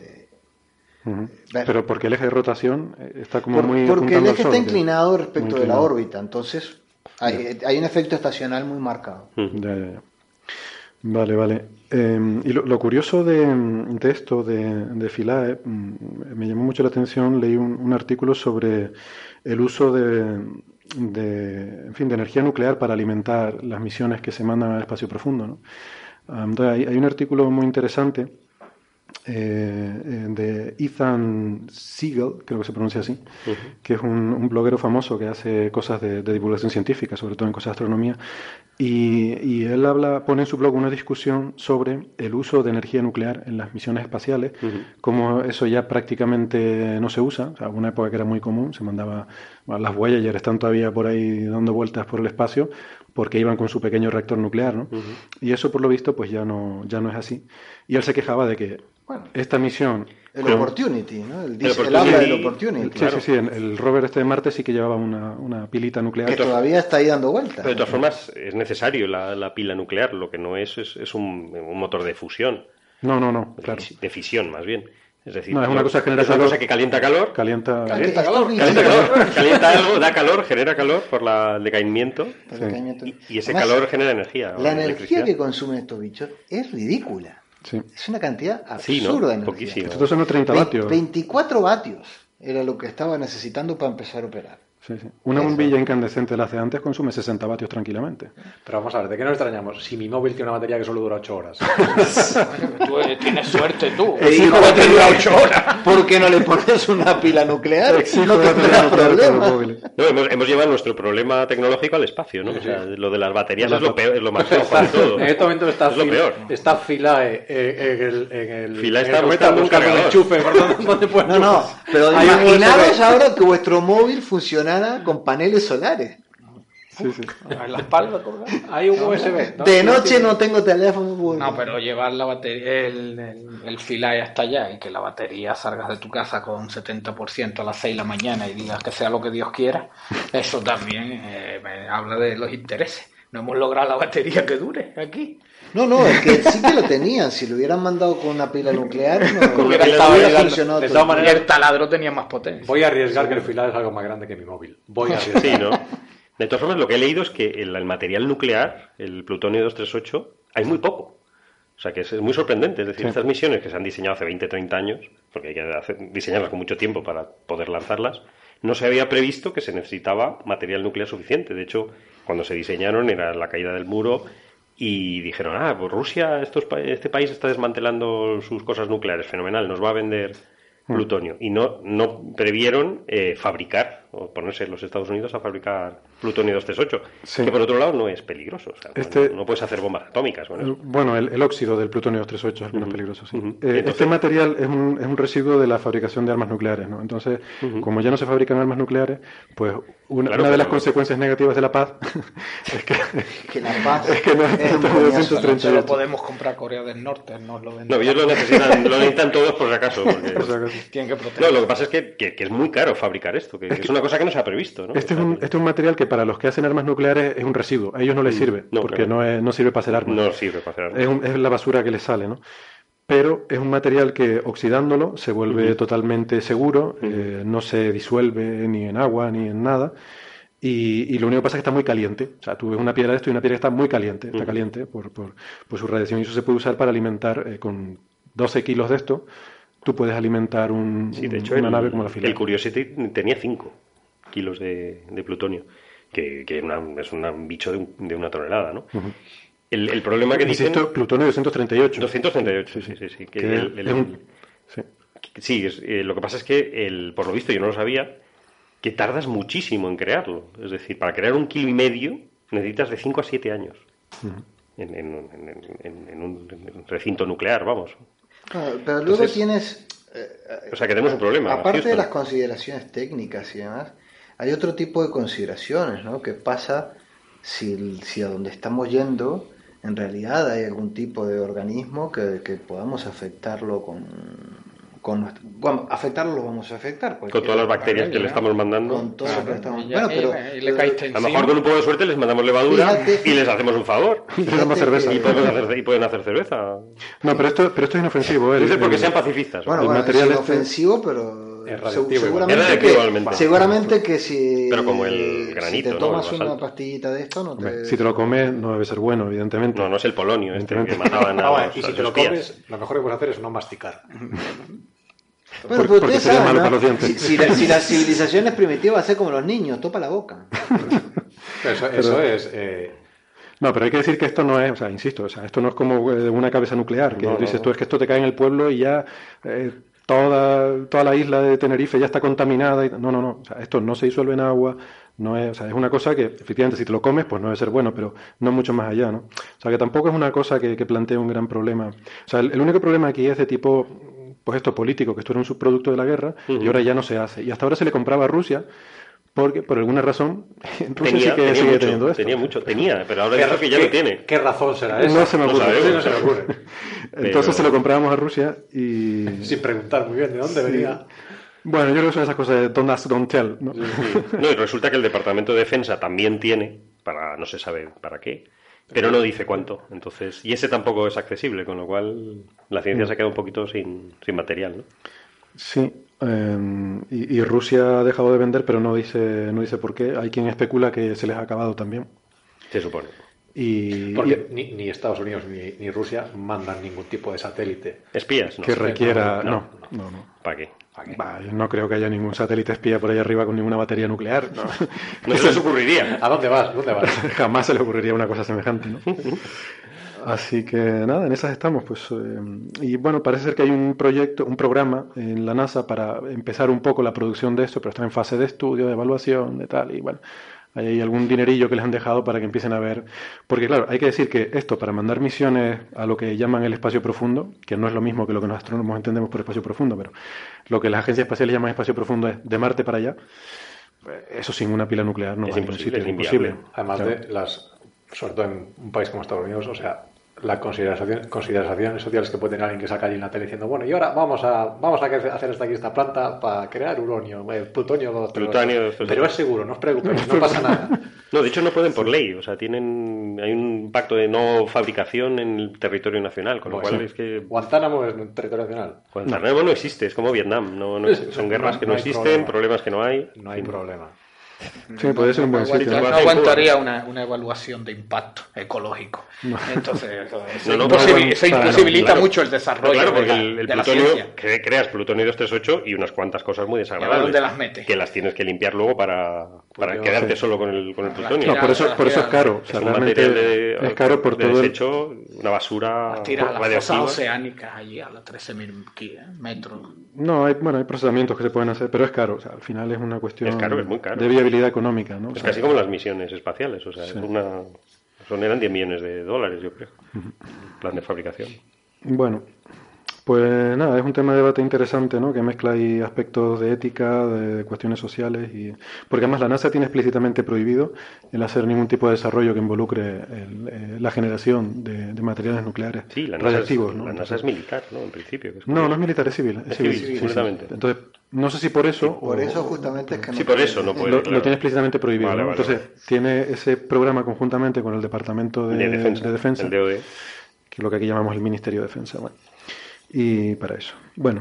ver. Pero porque el eje de rotación está como muy... Porque el eje está inclinado respecto de la órbita, entonces hay un efecto estacional muy marcado. Ya. Vale. Y lo curioso de esto, de Philae, me llamó mucho la atención, leí un artículo sobre el uso de en fin, de energía nuclear para alimentar las misiones que se mandan al espacio profundo, ¿no? Entonces hay un artículo muy interesante de Ethan Siegel, creo que se pronuncia así, que es un bloguero famoso que hace cosas de divulgación científica, sobre todo en cosas de astronomía, y él pone en su blog una discusión sobre el uso de energía nuclear en las misiones espaciales, como eso ya prácticamente no se usa. O sea, una época que era muy común, se mandaba, las Voyager están todavía por ahí dando vueltas por el espacio porque iban con su pequeño reactor nuclear, ¿no? Y eso, por lo visto, pues ya no es así. Y él se quejaba de que esta misión... El Opportunity, ¿no? Él habla del Opportunity. Claro. Sí, el rover de Marte sí que llevaba una pilita nuclear. Que todavía está ahí dando vueltas. Pero de todas formas es necesario la pila nuclear, lo que no es un motor de fusión. No, claro. De fisión, más bien. Es decir, es una cosa que genera calor, cosa que calienta calor. Calienta algo, da calor, genera calor por el decaimiento. Y ese calor genera energía. La energía que consumen estos bichos es ridícula. Sí. Es una cantidad absurda de energía. Poquísimo. Estos son 30 vatios. 24 vatios era lo que estaba necesitando para empezar a operar. Sí. Una bombilla incandescente la hace antes consume 60 vatios tranquilamente. Pero vamos a ver, ¿de qué nos extrañamos? Si mi móvil tiene una batería que solo dura 8 horas. Tú tienes suerte, tú. Hijo, va a tener 8 horas. ¿Por qué no le pones una pila nuclear? No tendrás problema. No, hemos llevado nuestro problema tecnológico al espacio, ¿no? O sea, lo de las baterías es lo peor, es lo más flojo de todo. En este momento está lo peor. Está Philae en el Philae está buscando un enchufe. ¿Dónde puedes No, pero imaginaros ahora que vuestro móvil funcionara con paneles solares. Sí. En la espalda, hay un USB. De noche no tengo teléfono. No, pero llevar la batería, el Philae hasta allá y que la batería salgas de tu casa con 70% a las 6 de la mañana y digas que sea lo que Dios quiera, eso también me habla de los intereses. No hemos logrado la batería que dure aquí. No, es que sí que lo tenían. Si lo hubieran mandado con una pila nuclear, no hubiera funcionado. De todas maneras, el taladro tenía más potencia. Voy a arriesgar que el Philae es algo más grande que mi móvil. Voy a arriesgar. Sí, ¿no? De todas formas, lo que he leído es que el material nuclear, el plutonio 238, hay muy poco. O sea, que es muy sorprendente. Es decir, estas misiones que se han diseñado hace 20, 30 años, porque hay que diseñarlas con mucho tiempo para poder lanzarlas, no se había previsto que se necesitaba material nuclear suficiente. De hecho, cuando se diseñaron era la caída del muro y dijeron, pues Rusia, este país está desmantelando sus cosas nucleares, fenomenal, nos va a vender plutonio. Y no previeron fabricar, o ponerse los Estados Unidos a fabricar plutonio 238, que por otro lado no es peligroso. O sea, no puedes hacer bombas atómicas con eso. Bueno, el óxido del plutonio 238 es menos peligroso, sí. Este material es un residuo de la fabricación de armas nucleares, ¿no? Entonces, como ya no se fabrican armas nucleares, pues una de las consecuencias negativas de la paz es que la paz es que no es plutonio 238. Solo podemos comprar Corea del Norte, no lo venden. No, ellos lo necesitan todos por si acaso. Porque tienen que proteger. No, lo que pasa es que es muy caro fabricar esto, que es una cosa que no se ha previsto, ¿no? Este es un material que para los que hacen armas nucleares es un residuo. A ellos no les sirve, porque no sirve para hacer armas. No sirve para hacer armas. Es la basura que les sale, ¿no? Pero es un material que oxidándolo se vuelve totalmente seguro, no se disuelve ni en agua ni en nada. Y lo único que pasa es que está muy caliente. O sea, tú ves una piedra de esto y una piedra que está muy caliente. Está caliente por su radiación. Y eso se puede usar para alimentar con 12 kilos de esto. Tú puedes alimentar de hecho, una nave como la Philae. El Curiosity tenía 5 kilos de plutonio, que es un bicho de 1 tonelada, ¿no? El problema que dicen... plutonio 238. 238, sí. Lo que pasa es que, por lo visto, yo no lo sabía, que tardas muchísimo en crearlo. Es decir, para crear 1,5 kilos necesitas de 5 a 7 años. En un recinto nuclear, vamos. Pero luego tienes... o sea, que tenemos un problema. Aparte de las consideraciones técnicas y demás, hay otro tipo de consideraciones, ¿no? ¿Qué pasa si a donde estamos yendo en realidad hay algún tipo de organismo que podamos afectarlo bueno, afectarlo lo vamos a afectar. Con todas las bacterias que le estamos mandando. Con todo lo que estamos... Bueno, pero a lo mejor con un poco de suerte les mandamos levadura y les hacemos un favor. Y les damos cerveza. Y pueden hacer cerveza. No, pero esto es inofensivo. Dice porque sean pacifistas. Bueno, es inofensivo, pero... Es radioactivo seguramente que si... Pero como el granito, si te tomas una pastillita de esto, no te... Si te lo comes, no debe ser bueno, evidentemente. No es el polonio que mataban a y si te lo comes, lo mejor que puedes hacer es no masticar. Bueno, pero porque ustedes sería saben, malo ¿no? para los dientes. Si la civilización es primitiva, va a ser como los niños, topa la boca. Eso es... No, pero hay que decir que esto no es, o sea, insisto, o sea, esto no es como una cabeza nuclear, que dices tú, es que esto te cae en el pueblo y ya toda la isla de Tenerife ya está contaminada. No, o sea, esto no se disuelve en agua, no es, o sea, es una cosa que efectivamente si te lo comes pues no debe ser bueno, pero no mucho más allá, ¿no? O sea, que tampoco es una cosa que plantee un gran problema. O sea, el único problema aquí es de tipo, pues esto político, que esto era un subproducto de la guerra y ahora ya no se hace. Y hasta ahora se le compraba a Rusia, porque por alguna razón Rusia sí que sigue teniendo esto. Pero ahora dice que ya lo tiene. ¿Qué razón será esa? No se me ocurre. No se me ocurre. Entonces se lo comprábamos a Rusia y... Sin preguntar muy bien de dónde venía. Bueno, yo creo que son esas cosas de don't ask, don't tell, ¿no? Sí. No, y resulta que el Departamento de Defensa también tiene, no se sabe para qué, pero no dice cuánto. Entonces, y ese tampoco es accesible, con lo cual la ciencia se queda un poquito sin material, ¿no? Sí, y Rusia ha dejado de vender, pero no dice por qué. Hay quien especula que se les ha acabado también. Se supone. Porque ni Estados Unidos ni Rusia mandan ningún tipo de satélite. ¿Espías? No. Que requiera... No. ¿Para qué? No creo que haya ningún satélite espía por ahí arriba con ninguna batería nuclear. No se les ocurriría. ¿A dónde vas? Jamás se le ocurriría una cosa semejante, ¿no? Así que nada, en esas estamos, pues. Y bueno, parece ser que hay un programa en la NASA para empezar un poco la producción de esto, pero está en fase de estudio, de evaluación, de tal, y bueno, hay algún dinerillo que les han dejado para que empiecen a ver. Porque claro, hay que decir que esto, para mandar misiones a lo que llaman el espacio profundo, que no es lo mismo que lo que los astrónomos entendemos por espacio profundo, pero lo que las agencias espaciales llaman espacio profundo es de Marte para allá, eso sin una pila nuclear no va a ningún sitio, es imposible. Además claro. Sobre todo en un país como Estados Unidos, o sea, las consideraciones sociales que puede tener alguien que saca allí en la tele diciendo, bueno, y ahora vamos a hacer esta planta para crear uranio, plutonio, pero es seguro, no os preocupéis, no pasa nada. No, de hecho no pueden por ley, o sea, hay un pacto de no fabricación en el territorio nacional, con lo cual es que... Guantánamo es un territorio nacional. Guantánamo no existe, es como Vietnam, son guerras que no existen, problemas que no hay. No hay problema. Sí, puede ser un buen sitio. No aguantaría una evaluación de impacto ecológico. Entonces, eso imposibilita mucho el desarrollo. Claro, porque el de plutonio, la ciencia. creas plutonio 238 y unas cuantas cosas muy desagradables. ¿Dónde las metes? Que las tienes que limpiar luego para quedarte solo con el plutonio. No, por eso es caro. O sea, es un material es caro por todo desecho, una basura tiras a las fosas oceánicas allí a los 13.000 metros. No, hay procesamientos que se pueden hacer, pero es caro. O sea, al final es una cuestión es muy caro. De viabilidad económica, ¿no? Es casi como las misiones espaciales, o sea, eran 10 millones de dólares, yo creo, plan de fabricación. Bueno, pues nada, es un tema de debate interesante, ¿no? Que mezcla ahí aspectos de ética, de cuestiones sociales, porque además la NASA tiene explícitamente prohibido el hacer ningún tipo de desarrollo que involucre la generación de materiales nucleares radiactivos, ¿no? La NASA es militar, ¿no? En principio. No es militar, es civil. Es civil, completamente. Sí. Entonces, no sé si por eso... Por eso justamente es que no... Sí, por eso no puede... Lo tiene explícitamente prohibido, ¿no? Entonces, tiene ese programa conjuntamente con el Departamento de Defensa, el DOD, que es lo que aquí llamamos el Ministerio de Defensa, bueno. Y para eso. Bueno,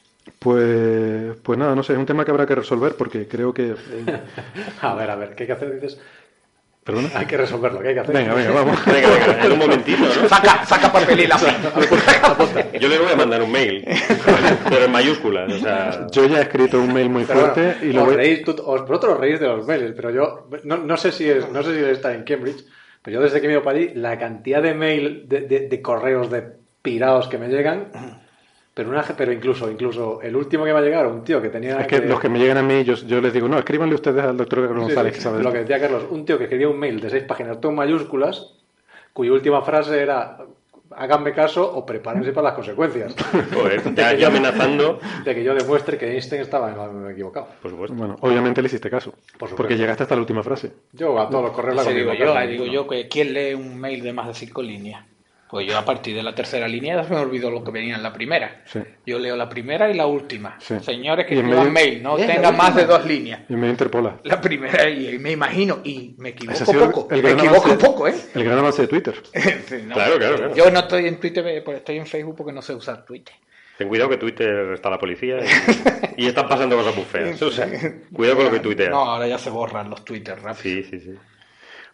pues nada, no sé, es un tema que habrá que resolver porque creo que... A ver, ¿qué hay que hacer? Dices... ¿Perdona? Hay que resolverlo, ¿qué hay que hacer? Venga, vamos. Venga, en un momentito, ¿no? Saca papel y lápiz. Yo le voy a mandar un mail, pero en mayúsculas, o sea... Yo ya he escrito un mail muy fuerte y lo vosotros os reís de los mails, pero yo no sé si está en Cambridge, pero yo desde que me he ido para allí, la cantidad de mail, de correos de pirados que me llegan, pero incluso el último que va a llegar, un tío que tenía... Es que los que me llegan a mí, yo les digo, no, escríbanle ustedes al doctor Carlos González, que sabe lo que decía Carlos, un tío que escribía un mail de 6 páginas, todo en mayúsculas, cuya última frase era, háganme caso o prepárense para las consecuencias. Joder, ya amenazando... De que yo demuestre que Einstein estaba equivocado. Por supuesto. Bueno, obviamente le hiciste caso, porque llegaste hasta la última frase. Yo a todos los correos la digo yo que ¿quién lee un mail de más de 5 líneas? Pues yo a partir de la tercera línea ya se me olvidó lo que venía en la primera. Sí. Yo leo la primera y la última. Sí. Señores que escriban mail, no tengan más de 2 líneas. Y me interpola. La primera, y me imagino, y me equivoco poco, ¿eh? El gran avance de Twitter. Sí, no, claro. Yo no estoy en Twitter, pues estoy en Facebook porque no sé usar Twitter. Ten cuidado que Twitter está la policía y están pasando cosas muy feas. O sea, cuidado con lo que tuiteas. No, ahora ya se borran los Twitter rápido. Sí.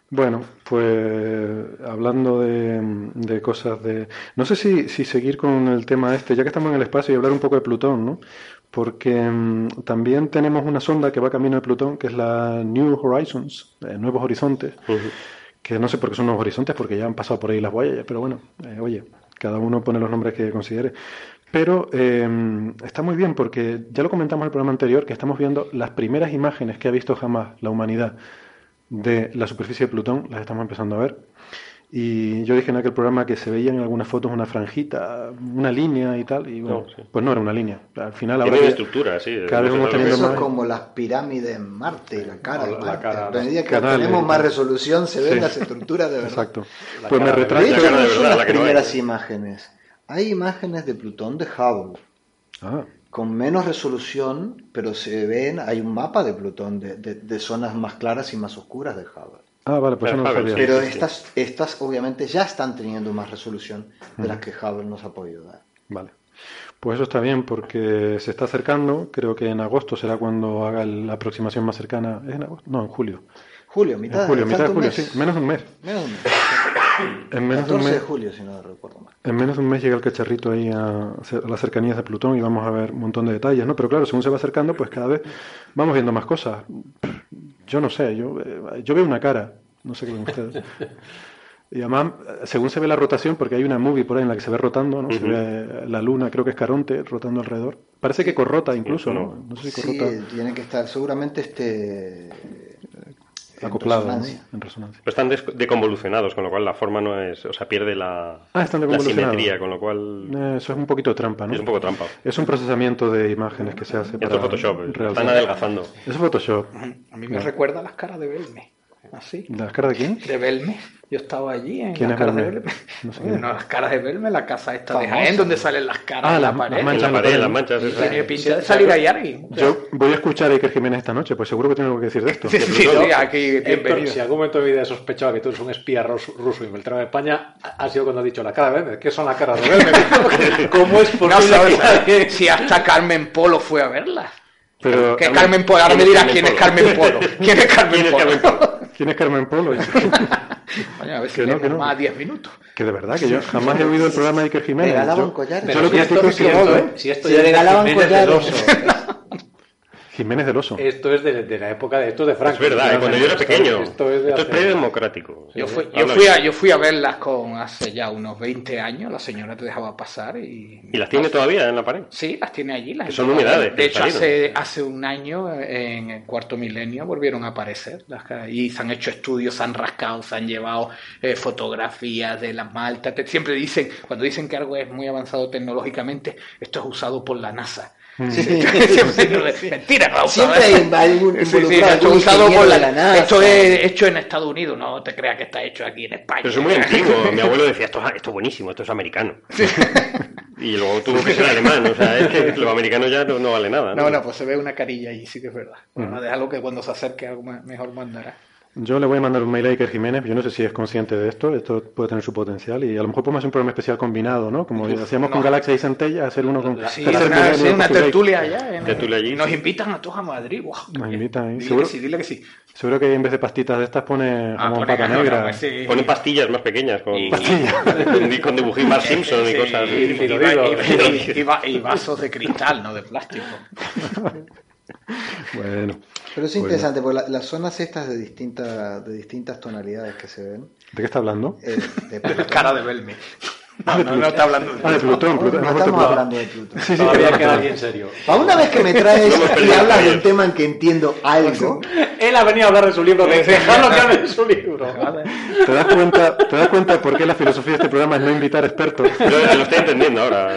Bueno, pues hablando de cosas de... No sé si seguir con el tema este, ya que estamos en el espacio, y hablar un poco de Plutón, ¿no? Porque también tenemos una sonda que va camino de Plutón, que es la New Horizons, Nuevos Horizontes, que no sé por qué son Nuevos Horizontes, porque ya han pasado por ahí las Voyager, pero bueno, oye, cada uno pone los nombres que considere. Pero está muy bien porque ya lo comentamos en el programa anterior, que estamos viendo las primeras imágenes que ha visto jamás la humanidad de la superficie de Plutón, las estamos empezando a ver. Y yo dije en aquel programa que se veían en algunas fotos una franjita, una línea y tal, y bueno, pues no era una línea. Al final ahora tiene estructura, sí. Cada vez vamos teniendo eso más... es como las pirámides en Marte y la cara. La cara, a medida que canales, tenemos más resolución se ven las estructuras de verdad. Exacto. La Pues me cara de retracto. De hecho, cara no de son verdad, la las que no hay. primeras imágenes. Hay imágenes de Plutón de Hubble. Ah, Con menos resolución, pero se ven, hay un mapa de Plutón de zonas más claras y más oscuras de Hubble. vale, pues eso no lo Hubble, sabía. sí. Pero estas obviamente ya están teniendo más resolución de las que Hubble nos ha podido dar. Vale. Pues eso está bien porque se está acercando. Creo que en agosto será cuando haga la aproximación más cercana. ¿Es en agosto? No, en julio. Julio, En mitad julio, mitad de falta un julio, mes. sí. Menos de un mes. Menos de un mes. En menos de un 14 de mes. julio, si no recuerdo mal. En menos de un mes llega el cacharrito ahí a las cercanías de Plutón y vamos a ver un montón de detalles, ¿no? Pero claro, según se va acercando, pues cada vez vamos viendo más cosas. Yo no sé, yo veo una cara, no sé qué ven ustedes. Y además, según se ve la rotación, porque hay una movie por ahí en la que se ve rotando, ¿no? Se ve la luna, creo que es Caronte, rotando alrededor. Parece que corrota incluso, ¿no? No sé si Sí, corrota tiene que estar seguramente acoplado, ¿no? resonancia. En resonancia. Pero están deconvolucionados, con lo cual la forma no es... O sea, pierde la Están deconvolucionados. simetría, con lo cual Eso es un poquito trampa, ¿no? es un poco trampa. Es un procesamiento de imágenes que se hace Esto para es Photoshop, realzar. están adelgazando. Eso es Photoshop. A mí me recuerda a las caras de Belme. Así. ¿Las caras de quién? De Belme. Yo estaba allí en ¿Quién las es caras de Belme? Belme. No sé Bueno, quién es. las caras de Belme, la casa esta de Famosa. Jaén, donde salen las caras en la pared. las manchas En la pared, en las ¿no? manchas. Y esas. tiene pinta de salir ahí alguien. Yo voy a escuchar a Iker Jiménez esta noche, pues seguro que tiene algo que decir de esto. Sí, sí, sí, aquí, Héctor, bienvenido. si algún momento de mi vida sospechaba que tú eres un espía ruso infiltrado en España, ha sido cuando has dicho la cara de Belme. ¿Qué son las caras de Belme? ¿Cómo es No posible sabes, que alguien- si hasta Carmen Polo fue a verla. Pero, Que Carmen Polo, ahora me dirás quién es Carmen Polo. ¿Quién es Carmen Polo? ¿quién es Carmen Polo? Coño, a ver si Que no, leemos que no. más 10 minutos. Que de verdad, que yo jamás he oído el programa de Iker Jiménez. Regalaban collares. Yo lo que critico es si que esto, si esto Se ya es de regalaban Jiménez del collares. Oso. Jiménez del Oso. Esto es de la época de esto de Franco. Es verdad, cuando yo era pequeño. Esto es de Esto es hace- predemocrático. Yo Habla fui a verlas con hace ya unos 20 años, la señora te dejaba pasar y... ¿Y las tiene todavía en la pared? Sí, las tiene allí. Las Que son tiene. humedades, De hecho, cristalinos. hace un año, en el cuarto milenio, volvieron a aparecer. Y se han hecho estudios, se han rascado, se han llevado fotografías de las maltas. Siempre dicen, cuando dicen que algo es muy avanzado tecnológicamente, esto es usado por la NASA. Mentira, no, Siempre hay algún Sí, involucrado, esto algún es usado ingeniero por de la NASA. Esto es hecho en Estados Unidos, no te creas que está hecho aquí en España. Pero eso es muy antiguo. Mi abuelo decía, esto es buenísimo, esto es americano. Y luego tuvo que ser alemán. O sea, es que lo americano ya no vale nada. No, pues se ve una carilla ahí, sí que es verdad. Bueno, déjalo que cuando se acerque algo mejor mandará. Yo le voy a mandar un mail a Iker Jiménez, yo no sé si es consciente de esto puede tener su potencial y a lo mejor podemos hacer un programa especial combinado, ¿no? Como hacíamos con Galaxia y Centella, hacer uno con... Sí, Tercer una Milenio, Coffee Break. tertulia allá. Tertulia allí, Y nos sí. invitan a todos a Madrid. Wow. Nos invitan ahí. Dile que sí. Seguro que en vez de pastitas de estas pone jamón pone pata jamón, negra. pues sí. Ponen pastillas más pequeñas con dibujos Mark Simpson y Sí, cosas y, así. y vasos de cristal, no de plástico. Bueno, Pero es interesante, porque las zonas estas de distintas tonalidades que se ven, ¿de qué está hablando? de La cara de Belme. No está hablando de De Plutón. No Hemos vuelto estamos Plutón. hablando de Plutón. Sí, Todavía perdón, queda perdón. alguien serio. Para una vez que me traes hemos y perdido hablas de años. un tema en que entiendo algo, Él ha venido a hablar de su libro, dejadlo que hable de su libro. ¿Te das cuenta por qué la filosofía de este programa es no invitar expertos? Yo lo estoy entendiendo ahora.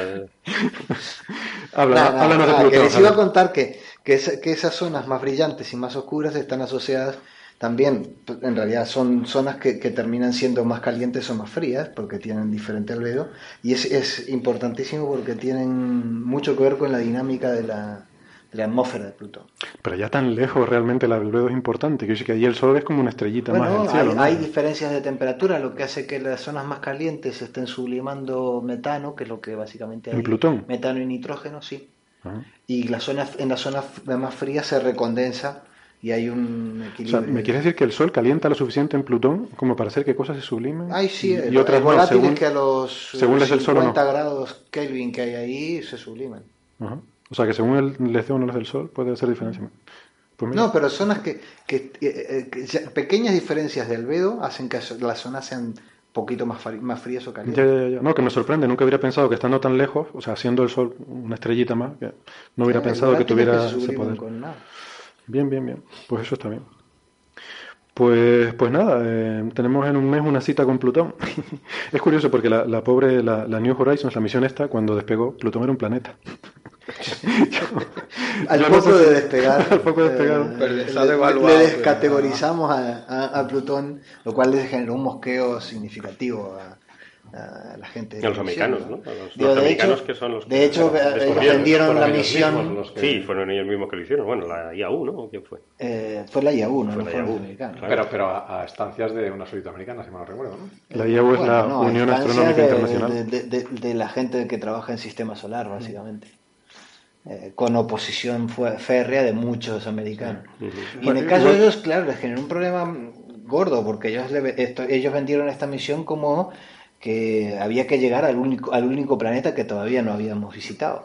Háblanos de que Plutón. les iba a Javier. contar que esas zonas más brillantes y más oscuras están asociadas también, en realidad son zonas que terminan siendo más calientes o más frías porque tienen diferente albedo y es importantísimo porque tienen mucho que ver con la dinámica de la atmósfera de Plutón. Pero ya tan lejos realmente el albedo es importante, que yo sé que allí el Sol es como una estrellita más en Bueno, el cielo, ¿no? hay diferencias de temperatura, lo que hace que las zonas más calientes estén sublimando metano, que es lo que básicamente hay. ¿En Plutón? Metano y nitrógeno, sí. Ah. Y en las zonas más frías se recondensa y hay un O equilibrio. sea, ¿me quieres decir que el Sol calienta lo suficiente en Plutón como para hacer que cosas se sublimen? Ay, sí, y otras el no, volátil según, es que a los según les dé el Sol o no. 50 grados Kelvin que hay ahí se subliman. Ajá. O sea, que según les dé o no les dé el Sol puede hacer diferencia. Pues mira, No, pero zonas que pequeñas diferencias de albedo hacen que las zonas sean un poquito más frías o calientes. ya. No, que me sorprende. Nunca hubiera pensado que estando tan lejos, o sea, siendo el Sol una estrellita más, que no hubiera El pensado que volátil es tuviera se ese subliman poder. con nada. Bien. Pues eso está bien. Pues nada, tenemos en un mes una cita con Plutón. Es curioso porque la pobre, la New Horizons, la misión esta, cuando despegó, Plutón era un planeta. Al yo poco no sé de si- despegar, al poco de despegar. Se ha devaluado, le descategorizamos a Plutón, lo cual les generó un mosqueo significativo a la gente. A los la misión, americanos, ¿no? A los Digo, de norteamericanos hecho- que son los que De hecho, ellos descubrieron. vendieron Fueron la ellos misión. mismos los que- Sí, fueron ellos mismos que lo hicieron. Bueno, la IAU, ¿no? ¿O quién fue? Fue la IA-1, Fue no la fueron los IAU, americanos. claro. Pero a estancias de una solita americana, si mal no recuerdo, ¿no? La IAU es Bueno, la no, a Unión instancias Astronómica de, Internacional. de la gente que trabaja en sistema solar, básicamente. Con oposición férrea de muchos americanos. Y en el caso de ellos, claro, les generó un problema gordo, porque ellos vendieron esta misión como que había que llegar al único planeta que todavía no habíamos visitado.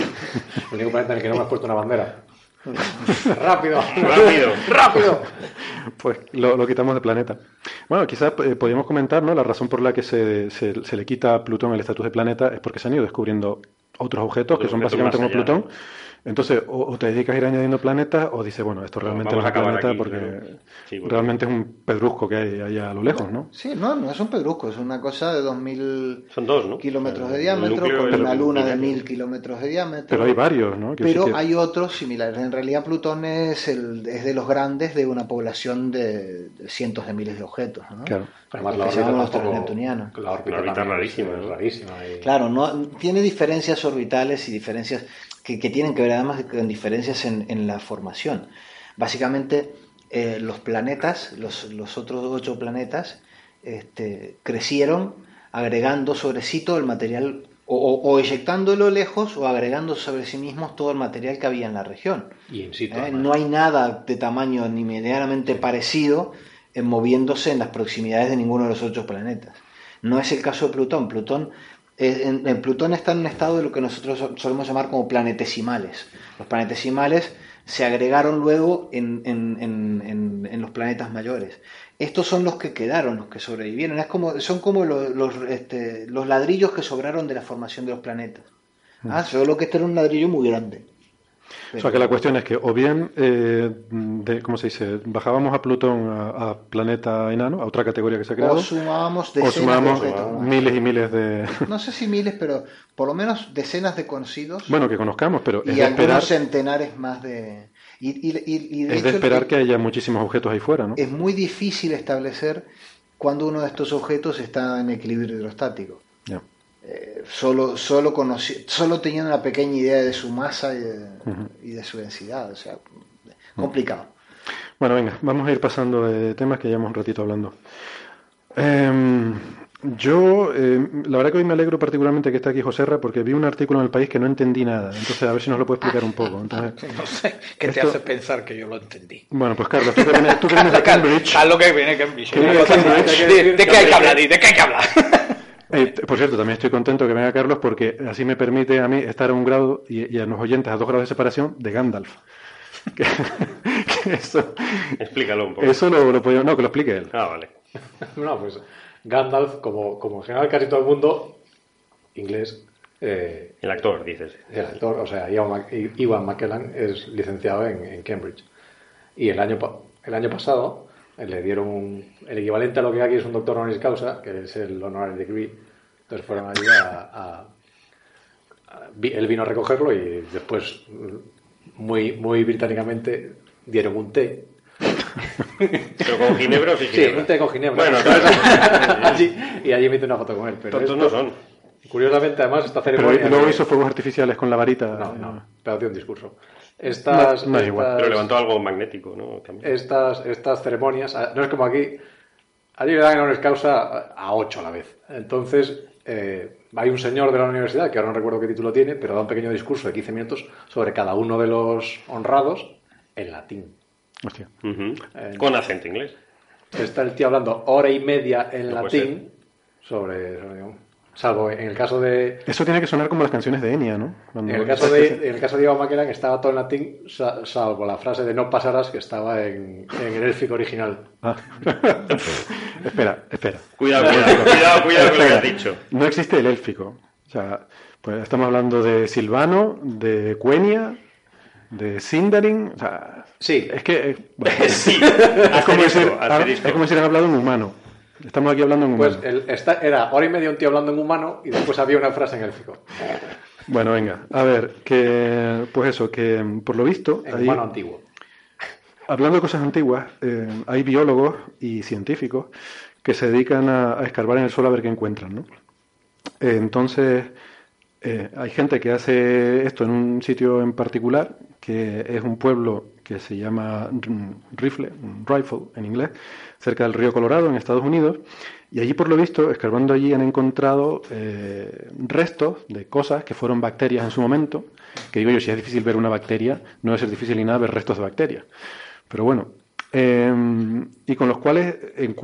El único planeta en el que no me has puesto una bandera. ¡Rápido! ¡Rápido! Pues lo quitamos de planeta. Bueno, quizás podríamos comentar, ¿no? La razón por la que se le quita a Plutón el estatus de planeta es porque se han ido descubriendo otros objetos que son básicamente como más allá, Plutón. Entonces, o te dedicas a ir añadiendo planetas o dices, bueno, esto realmente no Vamos es a un acabar planeta aquí, porque claro. Sí, porque- realmente es un pedrusco que hay allá a lo lejos, ¿no? Sí, no es un pedrusco, es una cosa de 2000 Son dos, ¿no? kilómetros de El diámetro, núcleo con y el una luna de primario. 1000 kilómetros de diámetro. Pero hay varios, ¿no? Quiero Pero decir que- hay otros similares. En realidad Plutón es de los grandes de una población de cientos de miles de objetos, ¿no? Claro. Además, Lo que se llaman los transneptunianos. La órbita La órbita también rarísima, es ¿no? rarísima. Y... Claro, no tiene diferencias orbitales y diferencias que tienen que ver además con diferencias en la formación. Básicamente, los planetas, los otros 8 planetas, crecieron agregando sobre sí todo el material, o eyectándolo lejos, o agregando sobre sí mismos todo el material que había en la región. Y in situ. además. No hay nada de tamaño ni medianamente parecido moviéndose en las proximidades de ninguno de los 8 planetas. No es el caso de Plutón. Plutón está en un estado de lo que nosotros solemos llamar como planetesimales. Los planetesimales se agregaron luego en los planetas mayores. Estos son los que quedaron, los que sobrevivieron. Son como los ladrillos que sobraron de la formación de los planetas. Solo que este era un ladrillo muy grande. O sea que la cuestión es que o bien, ¿cómo se dice? Bajábamos a Plutón a planeta enano, a otra categoría que se ha creado, O sumábamos o decenas sumábamos de objetos más. miles y miles de... No sé si miles, pero por lo menos decenas de conocidos Bueno, que conozcamos, pero es y de algunos esperar, centenares más de... Y de es de hecho, esperar que haya muchísimos objetos ahí fuera, ¿no? es muy difícil establecer cuando uno de estos objetos está en equilibrio hidrostático. Ya. Solo teniendo una pequeña idea de su masa y de su densidad, o sea, complicado. Bueno, venga, vamos a ir pasando de temas que llevamos un ratito hablando. La verdad que hoy me alegro particularmente que esté aquí Joserra porque vi un artículo en El País que no entendí nada, entonces a ver si nos lo puede explicar un poco. Entonces, No sé, ¿qué te Esto- hace pensar que yo lo entendí? bueno, pues Carlos, tú que vienes de Cambridge... Carlos que viene Cambridge. Que viene de Cambridge. ¿De qué hay que hablar? ¿De qué hay que hablar? Por cierto, también estoy contento que venga Carlos porque así me permite a mí estar a un grado y a los oyentes a 2 grados de separación de Gandalf. Que Explícalo un poco. eso lo puedo... No, que lo explique él. Ah, vale. No, pues Gandalf, como en general casi todo el mundo, inglés, El actor, dices. el actor, o sea, Iwan McKellen es licenciado en Cambridge. Y el año pasado le dieron el equivalente a lo que aquí es un doctor honoris causa, que es el honorary degree. Entonces fueron allí él vino a recogerlo y después, muy, muy británicamente, dieron un té. ¿Pero con ginebra o sin Sí, ginebra? un té con ginebra. Bueno, entonces... y allí me hice una foto con él. Pero Tontos no son. Curiosamente, además, esta Pero ceremonia... luego hizo fuegos artificiales con la varita. No, pero hacía un discurso. No es igual, Pero levantó algo magnético, ¿no? También. Estas ceremonias, no es como aquí, allí le dan honoris causa a 8 a la vez. Entonces, hay un señor de la universidad, que ahora no recuerdo qué título tiene, pero da un pequeño discurso de 15 minutos sobre cada uno de los honrados en latín. Hostia. Con acento inglés. Está el tío hablando hora y media en No latín sobre salvo en el caso de... Eso tiene que sonar como las canciones de Enya, ¿no? En el caso de Ivan McKellen estaba todo en latín, salvo la frase de no pasarás, que estaba en el élfico original. Ah. Espera. Cuidado con lo que has dicho. No existe el élfico. O sea, pues estamos hablando de Silvano, de Quenya, de Sindarin. O sea, sí. Es que... bueno, Sí, es como asterisco. si hubieran hablado en humano. Estamos aquí hablando en humano. Pues era hora y media un tío hablando en humano y después había una frase en élfico. Bueno, venga, a ver, que por lo visto... En humano antiguo. Hablando de cosas antiguas, hay biólogos y científicos que se dedican a escarbar en el suelo a ver qué encuentran, ¿no? Entonces, hay gente que hace esto en un sitio en particular, que es un pueblo que se llama Rifle en inglés, cerca del río Colorado, en Estados Unidos, y allí, por lo visto, escarbando allí, han encontrado restos de cosas que fueron bacterias en su momento, que digo yo, si es difícil ver una bacteria, no debe ser difícil ni nada ver restos de bacterias. Pero bueno, y con los cuales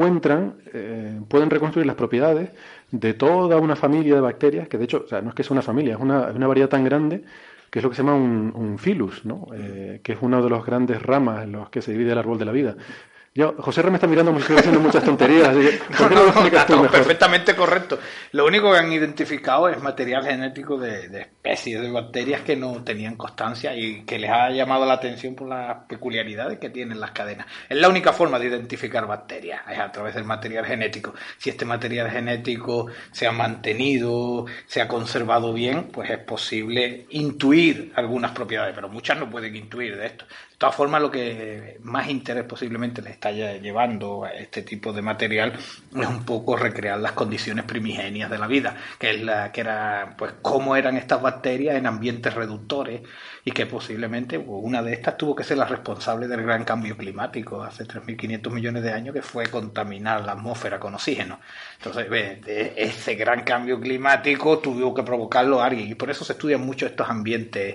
pueden reconstruir las propiedades de toda una familia de bacterias, que de hecho, o sea, no es que sea una familia, es una variedad tan grande que es lo que se llama un filus, ¿no? Que es una de las grandes ramas en los que se divide el árbol de la vida. José me está mirando, me estoy haciendo muchas tonterías. Así que, ¿por qué no lo explicas tú mejor? Perfectamente correcto. Lo único que han identificado es material genético de especies de bacterias que no tenían constancia y que les ha llamado la atención por las peculiaridades que tienen las cadenas. Es la única forma de identificar bacterias, es a través del material genético. Si este material genético se ha mantenido, se ha conservado bien, pues es posible intuir algunas propiedades, pero muchas no pueden intuir de esto. De todas formas, lo que más interés posiblemente les está llevando a este tipo de material es un poco recrear las condiciones primigenias de la vida, que era pues cómo eran estas bacterias en ambientes reductores y que posiblemente una de estas tuvo que ser la responsable del gran cambio climático hace 3.500 millones de años, que fue contaminar la atmósfera con oxígeno. Entonces, ese gran cambio climático tuvo que provocarlo alguien y por eso se estudian mucho estos ambientes.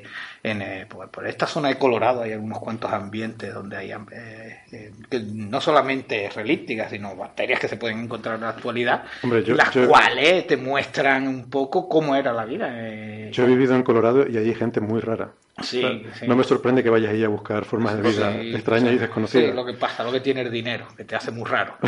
Por esta zona de Colorado hay algunos cuantos ambientes donde hay que no solamente relípticas, sino bacterias que se pueden encontrar en la actualidad, cuales te muestran un poco cómo era la vida. Yo he vivido en Colorado y allí hay gente muy rara. Sí, o sea, sí. No me sorprende que vayas ahí a buscar formas de vida extrañas y desconocidas. Sí, lo que pasa, lo que tiene el dinero, que te hace muy raro.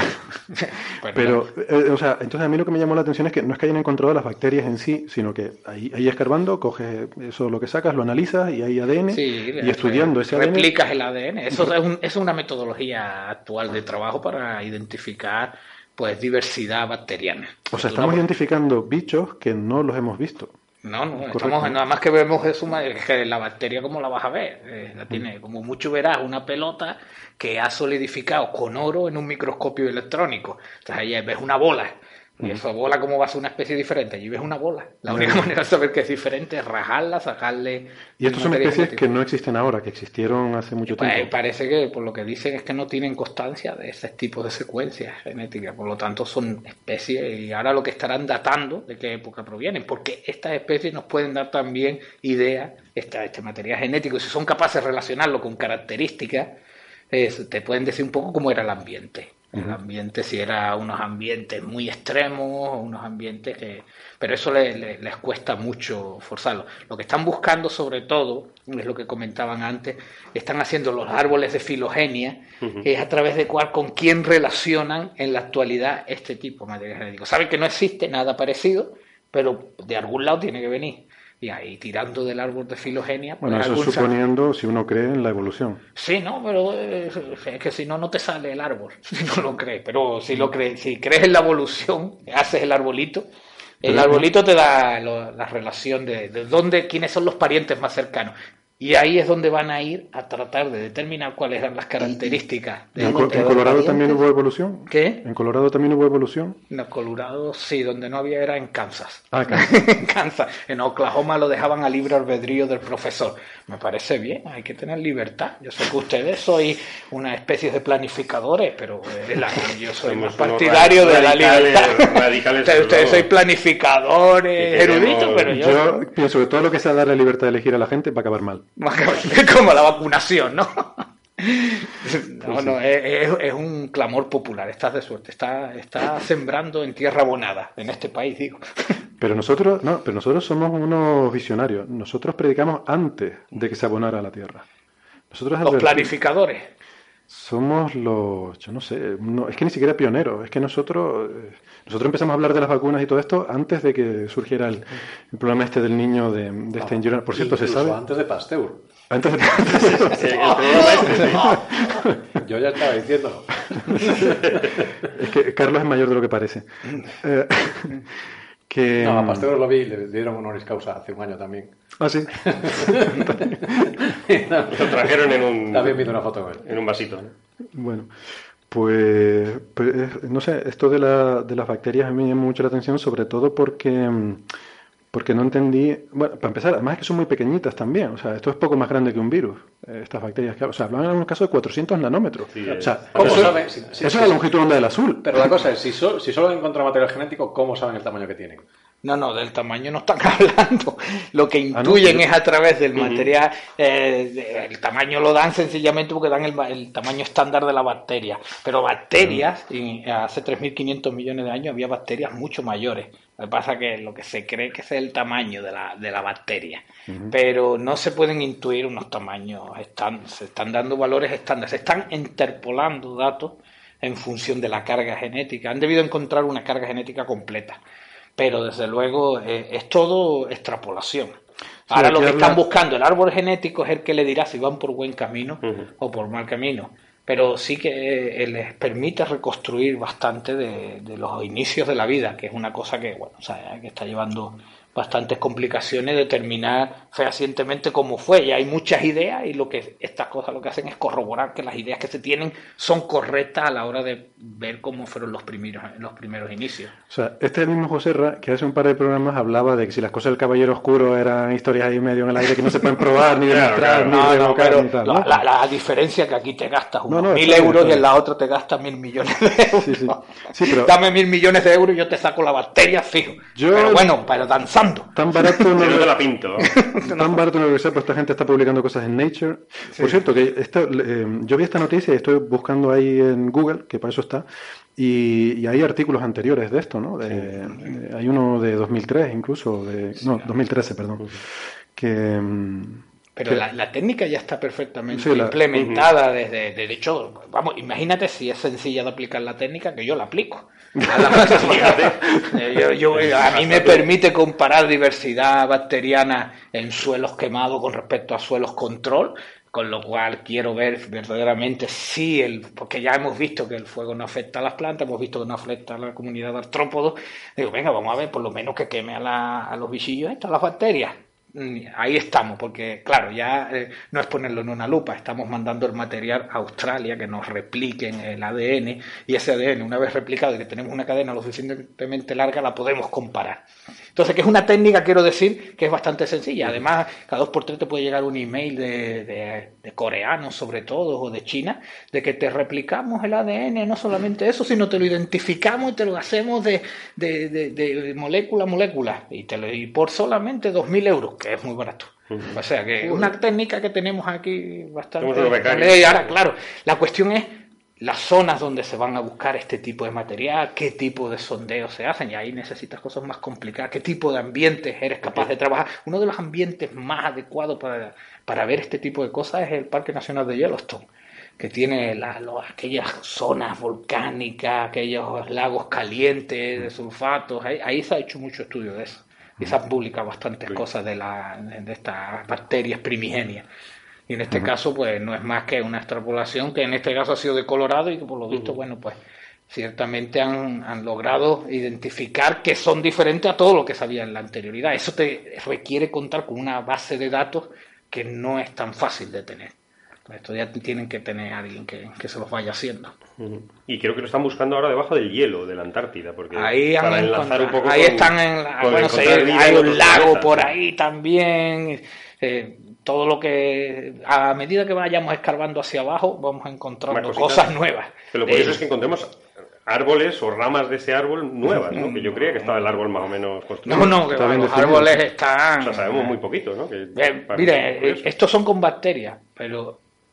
Pero, entonces a mí lo que me llamó la atención es que no es que hayan encontrado las bacterias en sí, sino que ahí escarbando, coges eso lo que sacas, lo analizas y hay ADN, y estudiando ese ADN... Replicas el ADN. Eso es una metodología actual de trabajo para identificar pues diversidad bacteriana. O sea, estamos identificando bichos que no los hemos visto. No, estamos nada más que vemos eso, que la bacteria, ¿cómo la vas a ver? La tiene, como mucho verás, una pelota que ha solidificado con oro en un microscopio electrónico. Entonces ahí ves una bola. Y esa bola, ¿cómo va a ser una especie diferente? Allí ves una bola. La única manera de saber que es diferente es rajarla, sacarle... Y estas son especies que no existen ahora, que existieron hace mucho tiempo. Parece que, por lo que dicen, es que no tienen constancia de ese tipo de secuencias genéticas. Por lo tanto, son especies y ahora lo que estarán datando de qué época provienen. Porque estas especies nos pueden dar también ideas, este material genético, y si son capaces de relacionarlo con características, te pueden decir un poco cómo era el ambiente. El ambiente, si era unos ambientes muy extremos o unos ambientes que... Pero eso les cuesta mucho forzarlo. Lo que están buscando sobre todo, es lo que comentaban antes, están haciendo los árboles de filogenia, que es a través de con quién relacionan en la actualidad este tipo de material genético. Saben que no existe nada parecido, pero de algún lado tiene que venir. Y ahí tirando del árbol de filogenia... Pues bueno, eso es suponiendo si uno cree en la evolución. Sí, no, pero es que si no te sale el árbol, si no lo crees. Pero si crees en la evolución, haces el arbolito, el arbolito te da la relación de quiénes son los parientes más cercanos. Y ahí es donde van a ir a tratar de determinar cuáles eran las características. ¿En Colorado también hubo evolución? ¿Qué? ¿En Colorado también hubo evolución? En Colorado sí, donde no había era en Kansas. Kansas. En Kansas. En Oklahoma lo dejaban a libre albedrío del profesor. Me parece bien, hay que tener libertad. Yo sé que ustedes sois una especie de planificadores, pero yo soy más partidario de la libertad. Ustedes sois planificadores eruditos, pero yo pienso que todo lo que sea darle libertad de elegir a la gente va a acabar mal. Como la vacunación, ¿no? No, es un clamor popular. Estás de suerte. Está sembrando en tierra abonada, en este país, digo. Pero nosotros somos unos visionarios. Nosotros predicamos antes de que se abonara la tierra. Los planificadores. Somos yo no sé, es que ni siquiera pioneros. Es que nosotros empezamos a hablar de las vacunas y todo esto antes de que surgiera el problema este del niño de este ingeniero. Por cierto, ¿se sabe? Antes de Pasteur. Antes de Yo ya estaba diciéndolo. Es que Carlos es mayor de lo que parece. No, a Pasteur lo vi, le dieron un honoris causa hace un año también. Ah, sí. Lo trajeron en un... También vi una foto con él. En un vasito, ¿no? Bueno, pues no sé, esto de las bacterias a mí me llama mucho la atención, sobre todo porque no entendí, bueno, para empezar, además es que son muy pequeñitas también, o sea, esto es poco más grande que un virus, estas bacterias, o sea, hablan en algún caso de 400 nanómetros. Sí, o sea, ¿cómo saben? Eso es la longitud de onda del azul. Pero la cosa es, si solo encuentran material genético, ¿cómo saben el tamaño que tienen? No, del tamaño no están hablando. Lo que intuyen es a través del material. El tamaño lo dan sencillamente porque dan el tamaño estándar de la bacteria. Pero bacterias, hace 3.500 millones de años había bacterias mucho mayores. Lo que pasa es que lo que se cree que es el tamaño de la bacteria. Pero no se pueden intuir unos tamaños estándar. Se están dando valores estándar. Se están interpolando datos en función de la carga genética. Han debido encontrar una carga genética completa. Pero desde luego es todo extrapolación. Ahora lo que están buscando, el árbol genético es el que le dirá si van por buen camino o por mal camino. Pero sí que les permite reconstruir bastante de los inicios de la vida, que es una cosa que, bueno, o sea, que está llevando bastantes complicaciones, determinar fehacientemente cómo fue. Y hay muchas ideas y estas cosas lo que hacen es corroborar que las ideas que se tienen son correctas a la hora de ver cómo fueron los primeros inicios. O sea, este es el mismo Joserra que hace un par de programas hablaba de que si las cosas del Caballero Oscuro eran historias ahí medio en el aire que no se pueden probar, ni demostrar, ni revocar, ni tal, ¿no? La diferencia es que aquí te gastas unos 1.000 euros y en la otra te gastas 1.000 millones de euros. Sí, pero... Dame 1.000 millones de euros y yo te saco la bacteria fijo. Pero bueno, pero danzando. Tan barato no yo te la pinto. Tan barato no lo que sea, pues esta gente está publicando cosas en Nature. Sí. Por cierto, que yo vi esta noticia y estoy buscando ahí en Google, que para eso está, y hay artículos anteriores de esto, ¿no? Hay uno de 2003 incluso, 2013, perdón, que... Pero la técnica ya está perfectamente implementada de hecho, vamos, imagínate si es sencilla de aplicar la técnica, que yo la aplico. A mí me permite comparar diversidad bacteriana en suelos quemados con respecto a suelos control, con lo cual quiero ver verdaderamente porque ya hemos visto que el fuego no afecta a las plantas, hemos visto que no afecta a la comunidad de artrópodos. Digo, venga, vamos a ver por lo menos que queme a los bichillos estos, a las bacterias. Ahí estamos, porque claro, ya no es ponerlo en una lupa, estamos mandando el material a Australia que nos repliquen el ADN, y ese ADN, una vez replicado y que tenemos una cadena lo suficientemente larga, la podemos comparar. Entonces, que es una técnica, quiero decir, que es bastante sencilla. Además, cada 2 por 3 te puede llegar un email de coreanos, sobre todo, o de China, de que te replicamos el ADN, no solamente eso, sino te lo identificamos y te lo hacemos de molécula a molécula, y por solamente 2.000 euros, que es muy barato. O sea, que es una técnica que tenemos aquí bastante... Y ahora, claro, la cuestión es las zonas donde se van a buscar este tipo de material, qué tipo de sondeos se hacen, y ahí necesitas cosas más complicadas, qué tipo de ambientes eres capaz de trabajar. Uno de los ambientes más adecuados para ver este tipo de cosas es el Parque Nacional de Yellowstone, que tiene aquellas zonas volcánicas, aquellos lagos calientes de sulfatos. Ahí se ha hecho mucho estudio de eso, y se han publicado bastantes cosas de estas bacterias primigenias. Y en este caso, pues no es más que una extrapolación, que en este caso ha sido de Colorado, y que por lo visto, bueno, pues ciertamente han logrado identificar que son diferentes a todo lo que sabía en la anterioridad. Eso te requiere contar con una base de datos que no es tan fácil de tener. Esto ya tienen que tener a alguien que se los vaya haciendo. Y creo que lo están buscando ahora debajo del hielo de la Antártida, porque ahí para enlazar un poco ahí están hay un lago por ahí también. Todo lo que a medida que vayamos escarbando hacia abajo vamos encontrando cosas nuevas. Pero por eso es que encontremos árboles o ramas de ese árbol nuevas, ¿no? Que yo creía que estaba el árbol más o menos construido. No, que los árboles están... O sea, sabemos muy poquito, ¿no? Mire, estos son con bacterias, pero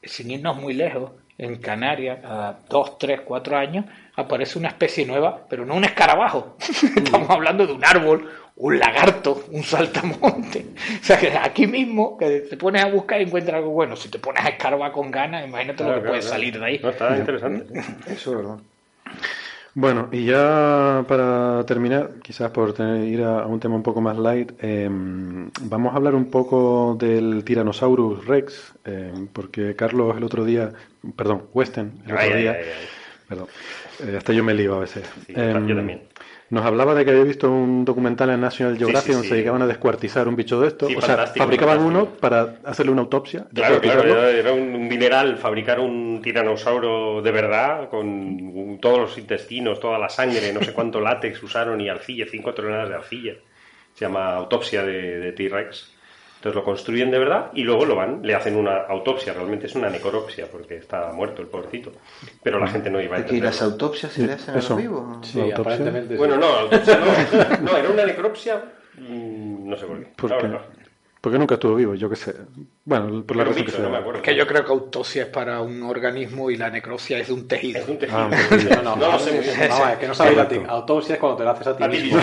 sin irnos muy lejos, en Canarias, cada 2, 3, 4 años, aparece una especie nueva, pero no un escarabajo. Estamos hablando de un árbol, un lagarto, un saltamonte. O sea, que aquí mismo, que te pones a buscar y encuentras algo bueno. Si te pones a escarbar con ganas, imagínate lo que puede salir de ahí. No, está interesante. Eso es verdad. Bueno, y ya para terminar, quizás por ir a un tema un poco más light, vamos a hablar un poco del Tyrannosaurus Rex, porque Carlos el otro día, perdón, Weston el otro día, perdón, hasta yo me lío a veces. Sí, yo también. Nos hablaba de que había visto un documental en National Geographic donde se dedicaban a descuartizar un bicho de estos. Sí, o sea, fabricaban uno para hacerle una autopsia. Claro, era un dineral fabricar un tiranosaurio de verdad, con todos los intestinos, toda la sangre, no sé cuánto látex usaron y arcilla, 5 toneladas de arcilla. Se llama autopsia de T-Rex. Entonces lo construyen de verdad y luego le hacen una autopsia. Realmente es una necropsia porque está muerto el pobrecito. Pero la gente no iba a entender. ¿Y las autopsias se le hacen a los vivos? Sí, aparentemente sí. Bueno, no, autopsia no. No, era una necropsia. No sé por qué. Porque nunca estuvo vivo, yo qué sé. Bueno, por la razón que sea. No me acuerdo. Que yo creo que autopsia es para un organismo y la necropsia es de un tejido. Es un tejido. No lo sé. No, es que no sabéis latín. Autopsia es cuando te la haces a ti mismo.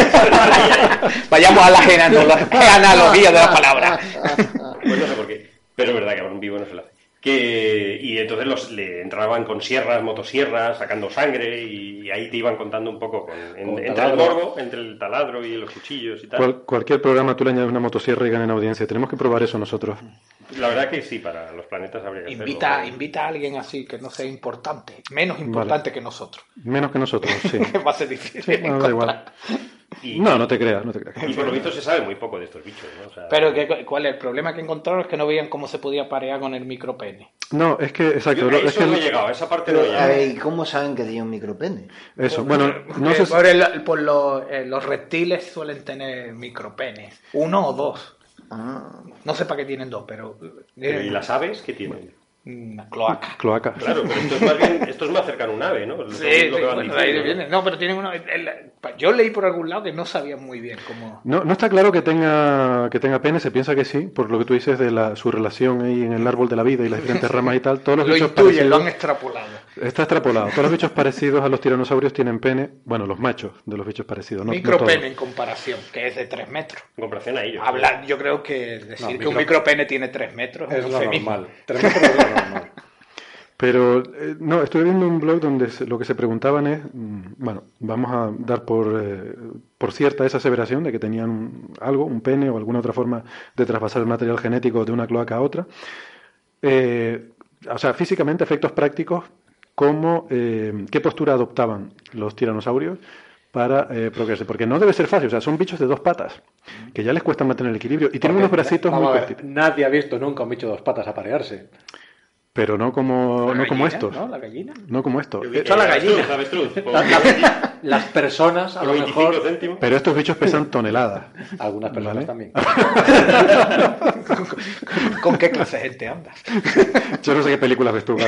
Vayamos a la analogía de la palabra. Pues no sé por qué. Pero es verdad que a un vivo no se lo hace. Y entonces le entraban con sierras, motosierras, sacando sangre y ahí te iban contando un poco entre el morbo, entre el taladro y los cuchillos y tal. Cualquier programa tú le añades una motosierra y ganan audiencia. Tenemos que probar eso nosotros. La verdad que sí, para los planetas habría que hacerlo. Invita a alguien así que no sea importante, menos importante que nosotros. Menos que nosotros, sí. Va a ser difícil. Sí, bueno, da igual. No te creas. Y por lo visto se sabe muy poco de estos bichos, ¿no? O sea, pero ¿cuál es el problema que encontraron? Es que no veían cómo se podía parear con el micropene. No, es que, exacto. Yo, eso no he llegado, esa parte no he llegado. A ver, ¿y cómo saben que tenía un micropene? Eso, bueno, no sé por los reptiles suelen tener micropenes, 1 o 2. No sé para qué tienen 2, pero... ¿Y las aves qué tienen? Una cloaca. Claro, pero esto es más bien, esto es más cercano a un ave, ¿no? Sí, bueno, ahí viene. No, pero tienen uno. Yo leí por algún lado que no sabían muy bien cómo. No está claro que tenga pene, se piensa que sí, por lo que tú dices de su relación ahí en el árbol de la vida y las diferentes ramas y tal. Todos los bichos intuyen, lo han extrapolado. Está extrapolado. Todos los bichos parecidos a los tiranosaurios tienen pene. Bueno, los machos de los bichos parecidos. Micropene en comparación, que es de 3 metros. En comparación a ellos. Yo creo que decir que un micropene tiene 3 metros es lo normal. 3 metros es lo normal. Pero no, estoy viendo un blog donde lo que se preguntaban es, bueno, vamos a dar por cierta esa aseveración de que tenían un pene o alguna otra forma de traspasar el material genético de una cloaca a otra. O sea, físicamente, efectos prácticos, qué postura adoptaban los tiranosaurios para procrearse, porque no debe ser fácil, o sea, son bichos de 2 patas, que ya les cuesta mantener el equilibrio, y tienen unos bracitos muy cortitos. Nadie ha visto nunca un bicho de 2 patas aparearse. Pero no como estos. ¿No? ¿La gallina? No como estos. Yo he visto a la gallina. Las personas, a lo mejor... Pero estos bichos pesan toneladas. Algunas personas también. ¿Con qué clase de gente andas? Yo no sé qué películas ves tú,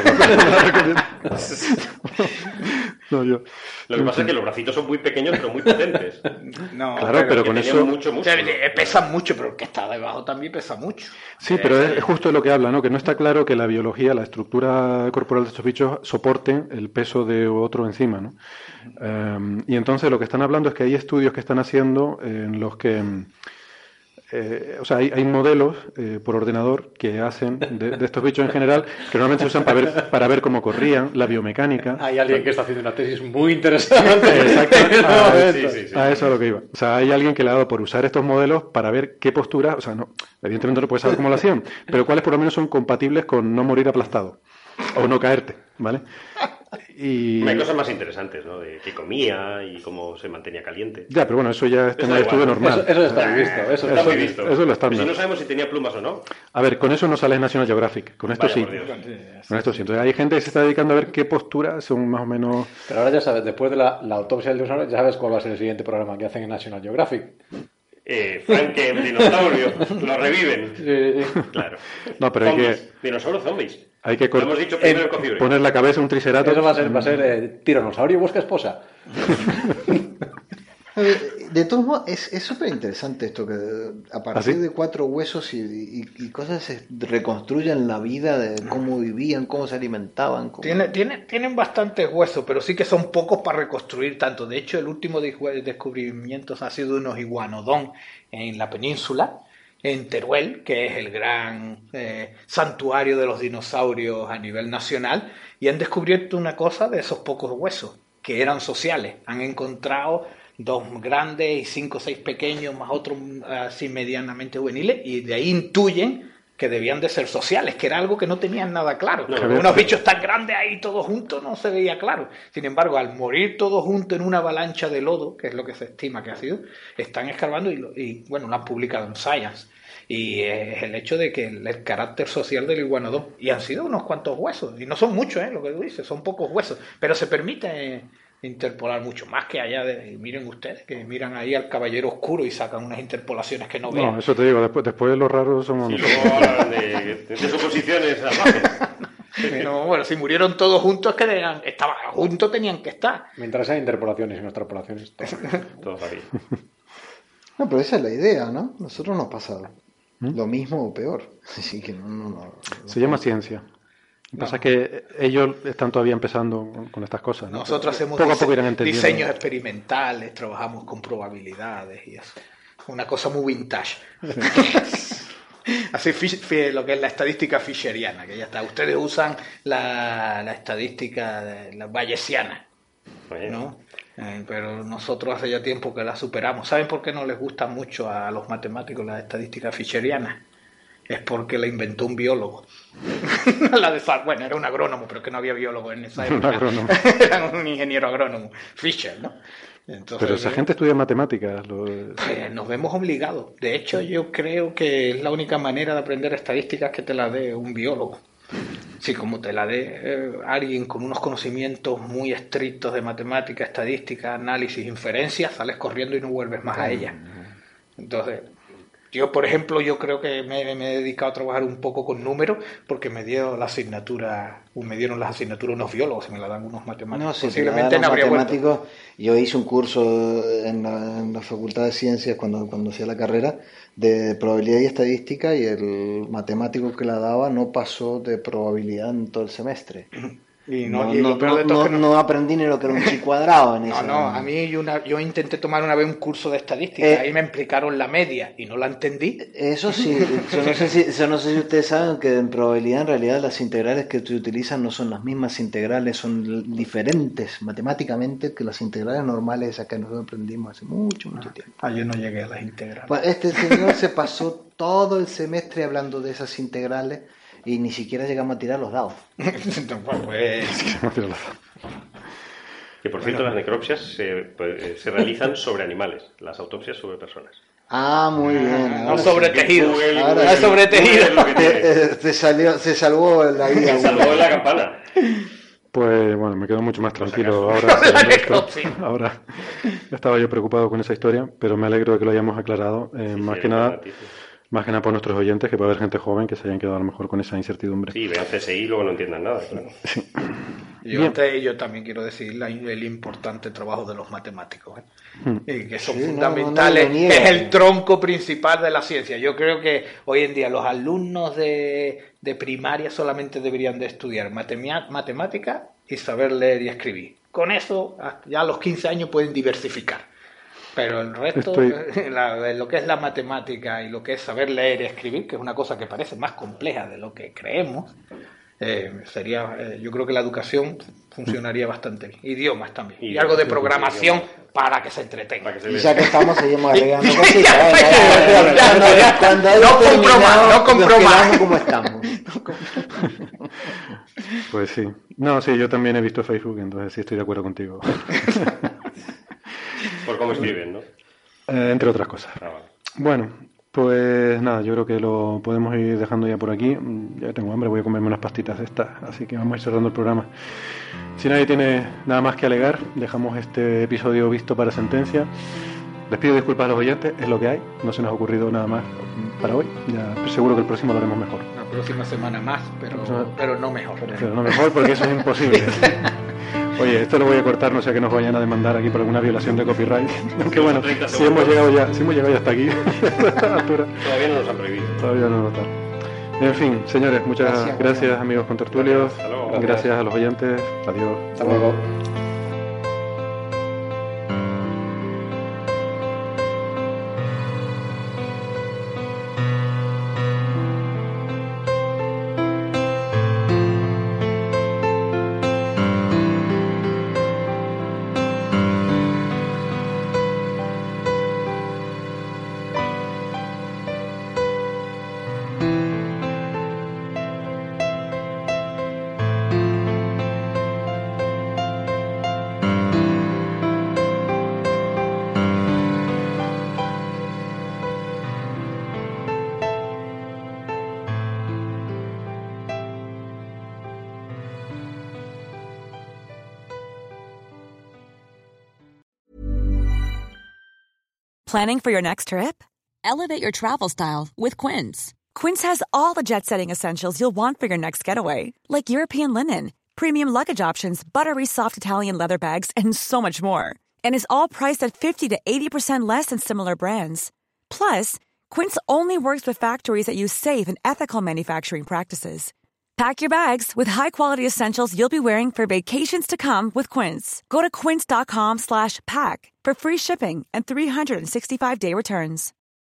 No, yo. Lo que pasa es que los bracitos son muy pequeños pero muy potentes. No, claro, pero con eso mucho pesan mucho, pero el que está debajo también pesa mucho. Sí, pero es justo de lo que habla, ¿no? Que no está claro que la biología, la estructura corporal de estos bichos soporten el peso de otro encima, ¿no? Y entonces lo que están hablando es que hay estudios que están haciendo en los que o sea, hay modelos por ordenador que hacen de estos bichos en general, que normalmente se usan para ver cómo corrían, la biomecánica. Hay alguien que está haciendo una tesis muy interesante. Exacto. A eso es a lo que iba. O sea, hay alguien que le ha dado por usar estos modelos para ver qué postura, o sea, no, evidentemente no puedes saber cómo lo hacían, pero cuáles por lo menos son compatibles con no morir aplastado o no caerte, ¿vale? Y... Hay cosas más interesantes, ¿no? De qué comía y cómo se mantenía caliente. Ya, pero bueno, eso ya está en el estudio normal. Eso está muy visto. Eso está muy visto. Eso es lo estándar. Pero si no sabemos si tenía plumas o no. A ver, con eso no sale en National Geographic. Con esto sí. Con esto sí. Entonces hay gente que se está dedicando a ver qué posturas son más o menos... Pero ahora ya sabes, después de la autopsia del dinosaurio, ya sabes cuál va a ser el siguiente programa que hacen en National Geographic. Franken, dinosaurio, lo reviven. Sí. Claro. No, pero zombies. hay que... Dinosaurios zombies. Hay que lo hemos dicho primero en Coffee Break. poner la cabeza un triceratops. Eso va a ser tiranosaurio busca esposa. De todos modos, es súper interesante esto, que a partir de 4 huesos y cosas se reconstruyen la vida de cómo vivían, cómo se alimentaban. Tienen bastantes huesos, pero sí que son pocos para reconstruir tanto. De hecho, el último descubrimiento ha sido unos iguanodón en la península, en Teruel, que es el gran santuario de los dinosaurios a nivel nacional, y han descubierto una cosa de esos pocos huesos, que eran sociales. Han encontrado 2 grandes y 5 o 6 pequeños, más otros así medianamente juveniles, y de ahí intuyen que debían de ser sociales, que era algo que no tenían nada claro. Unos bichos tan grandes ahí todos juntos no se veía claro. Sin embargo, al morir todos juntos en una avalancha de lodo, que es lo que se estima que ha sido, están escarbando y bueno, lo han publicado en Science. Y es el hecho de que el carácter social del iguanodón, y han sido unos cuantos huesos, y no son muchos, lo que tú dices, son pocos huesos, pero se permite interpolar mucho más que allá miren ustedes, que miran ahí al caballero oscuro y sacan unas interpolaciones que no ven. No, eso te digo, después los raros somos nosotros. Y luego hablan de suposiciones salvajes. Pero bueno, si murieron todos juntos, que estaban juntos, tenían que estar. Mientras hay interpolaciones y no extrapolaciones, todo está bien. No, pero esa es la idea, ¿no? Nosotros nos pasa lo mismo o peor. Así que no. Se llama ciencia. Lo que pasa es que ellos están todavía empezando con estas cosas, ¿no? Nosotros hacemos poco a poco irán entendiendo. Diseños experimentales, trabajamos con probabilidades y eso. Una cosa muy vintage. Así lo que es la estadística fischeriana, que ya está. Ustedes usan la estadística la bayesiana, ¿no? Pero nosotros hace ya tiempo que la superamos. ¿Saben por qué no les gusta mucho a los matemáticos la estadística fischeriana? Es porque la inventó un biólogo. Bueno, era un agrónomo, pero que no había biólogo en esa época. Era un ingeniero agrónomo, Fischer, ¿no? Entonces, pero esa gente estudia matemáticas. Nos vemos obligados. De hecho, yo creo que es la única manera de aprender estadísticas que te la dé un biólogo. Sí, como te la dé alguien con unos conocimientos muy estrictos de matemática, estadística, análisis, inferencias, sales corriendo y no vuelves más a ella. Entonces, yo, por ejemplo, yo creo que me he dedicado a trabajar un poco con números porque me dieron las asignaturas unos biólogos y me la dan unos matemáticos. No, sí, posiblemente no habría matemáticos. Yo hice un curso en la Facultad de Ciencias cuando hacía la carrera de probabilidad y estadística, y el matemático que la daba no pasó de probabilidad en todo el semestre. No aprendí ni lo que era un chi cuadrado en eso. No, a mí yo intenté tomar una vez un curso de estadística, ahí me explicaron la media y no la entendí. Eso sí, yo no sé si ustedes saben que en probabilidad en realidad las integrales que se utilizan no son las mismas integrales, son diferentes matemáticamente que las integrales normales esas que nosotros aprendimos hace mucho tiempo. Yo no llegué a las integrales. Pues este señor se pasó todo el semestre hablando de esas integrales y ni siquiera llegamos a tirar los dados. Que por cierto, las necropsias se realizan sobre animales, las autopsias sobre personas. Ah, muy bien. No sobre tejidos. Ahora sobre tejidos. Se salvó la vida. Se salvó la campana. Pues bueno, me quedo mucho más tranquilo ahora. Estaba yo preocupado con esa historia, pero me alegro de que lo hayamos aclarado. Más que nada por nuestros oyentes, que puede haber gente joven que se hayan quedado a lo mejor con esa incertidumbre. Sí, vean CSI y luego no entiendan nada, claro. Sí. Yo también quiero decir el importante trabajo de los matemáticos, que son fundamentales, es el tronco principal de la ciencia. Yo creo que hoy en día los alumnos de primaria solamente deberían de estudiar matemática y saber leer y escribir. Con eso, ya a los 15 años pueden diversificar. Pero el resto, lo que es la matemática y lo que es saber leer y escribir, que es una cosa que parece más compleja de lo que creemos, yo creo que la educación funcionaría bastante bien. Idiomas también. Y algo de programación para que se entretenga. Y ya que estamos, seguimos agregando cositas. No compro más. Como estamos. Pues sí. No, sí, yo también he visto Facebook, entonces sí estoy de acuerdo contigo. Por cómo escriben, ¿no? Entre otras cosas. Bueno, pues nada, yo creo que lo podemos ir dejando ya por aquí. Ya tengo hambre, voy a comerme unas pastitas de estas, así que vamos a ir cerrando el programa. Si nadie tiene nada más que alegar, dejamos este episodio visto para sentencia. Les pido disculpas a los oyentes, es lo que hay, no se nos ha ocurrido nada más para hoy. Ya seguro que el próximo lo haremos mejor. La próxima semana más, pero no mejor. Pero no mejor porque eso es imposible. Oye, esto lo voy a cortar, no sea que nos vayan a demandar aquí por alguna violación de copyright. Aunque bueno, si hemos llegado ya hasta aquí, a esta altura. Todavía no nos han prohibido. Todavía no está. En fin, señores, muchas gracias amigos contertulios. Gracias a los oyentes. Adiós. Hasta luego. Planning for your next trip? Elevate your travel style with Quince. Quince has all the jet-setting essentials you'll want for your next getaway, like European linen, premium luggage options, buttery soft Italian leather bags, and so much more. And is all priced at 50 to 80% less than similar brands. Plus, Quince only works with factories that use safe and ethical manufacturing practices. Pack your bags with high-quality essentials you'll be wearing for vacations to come with Quince. Go to quince.com/pack for free shipping and 365-day returns.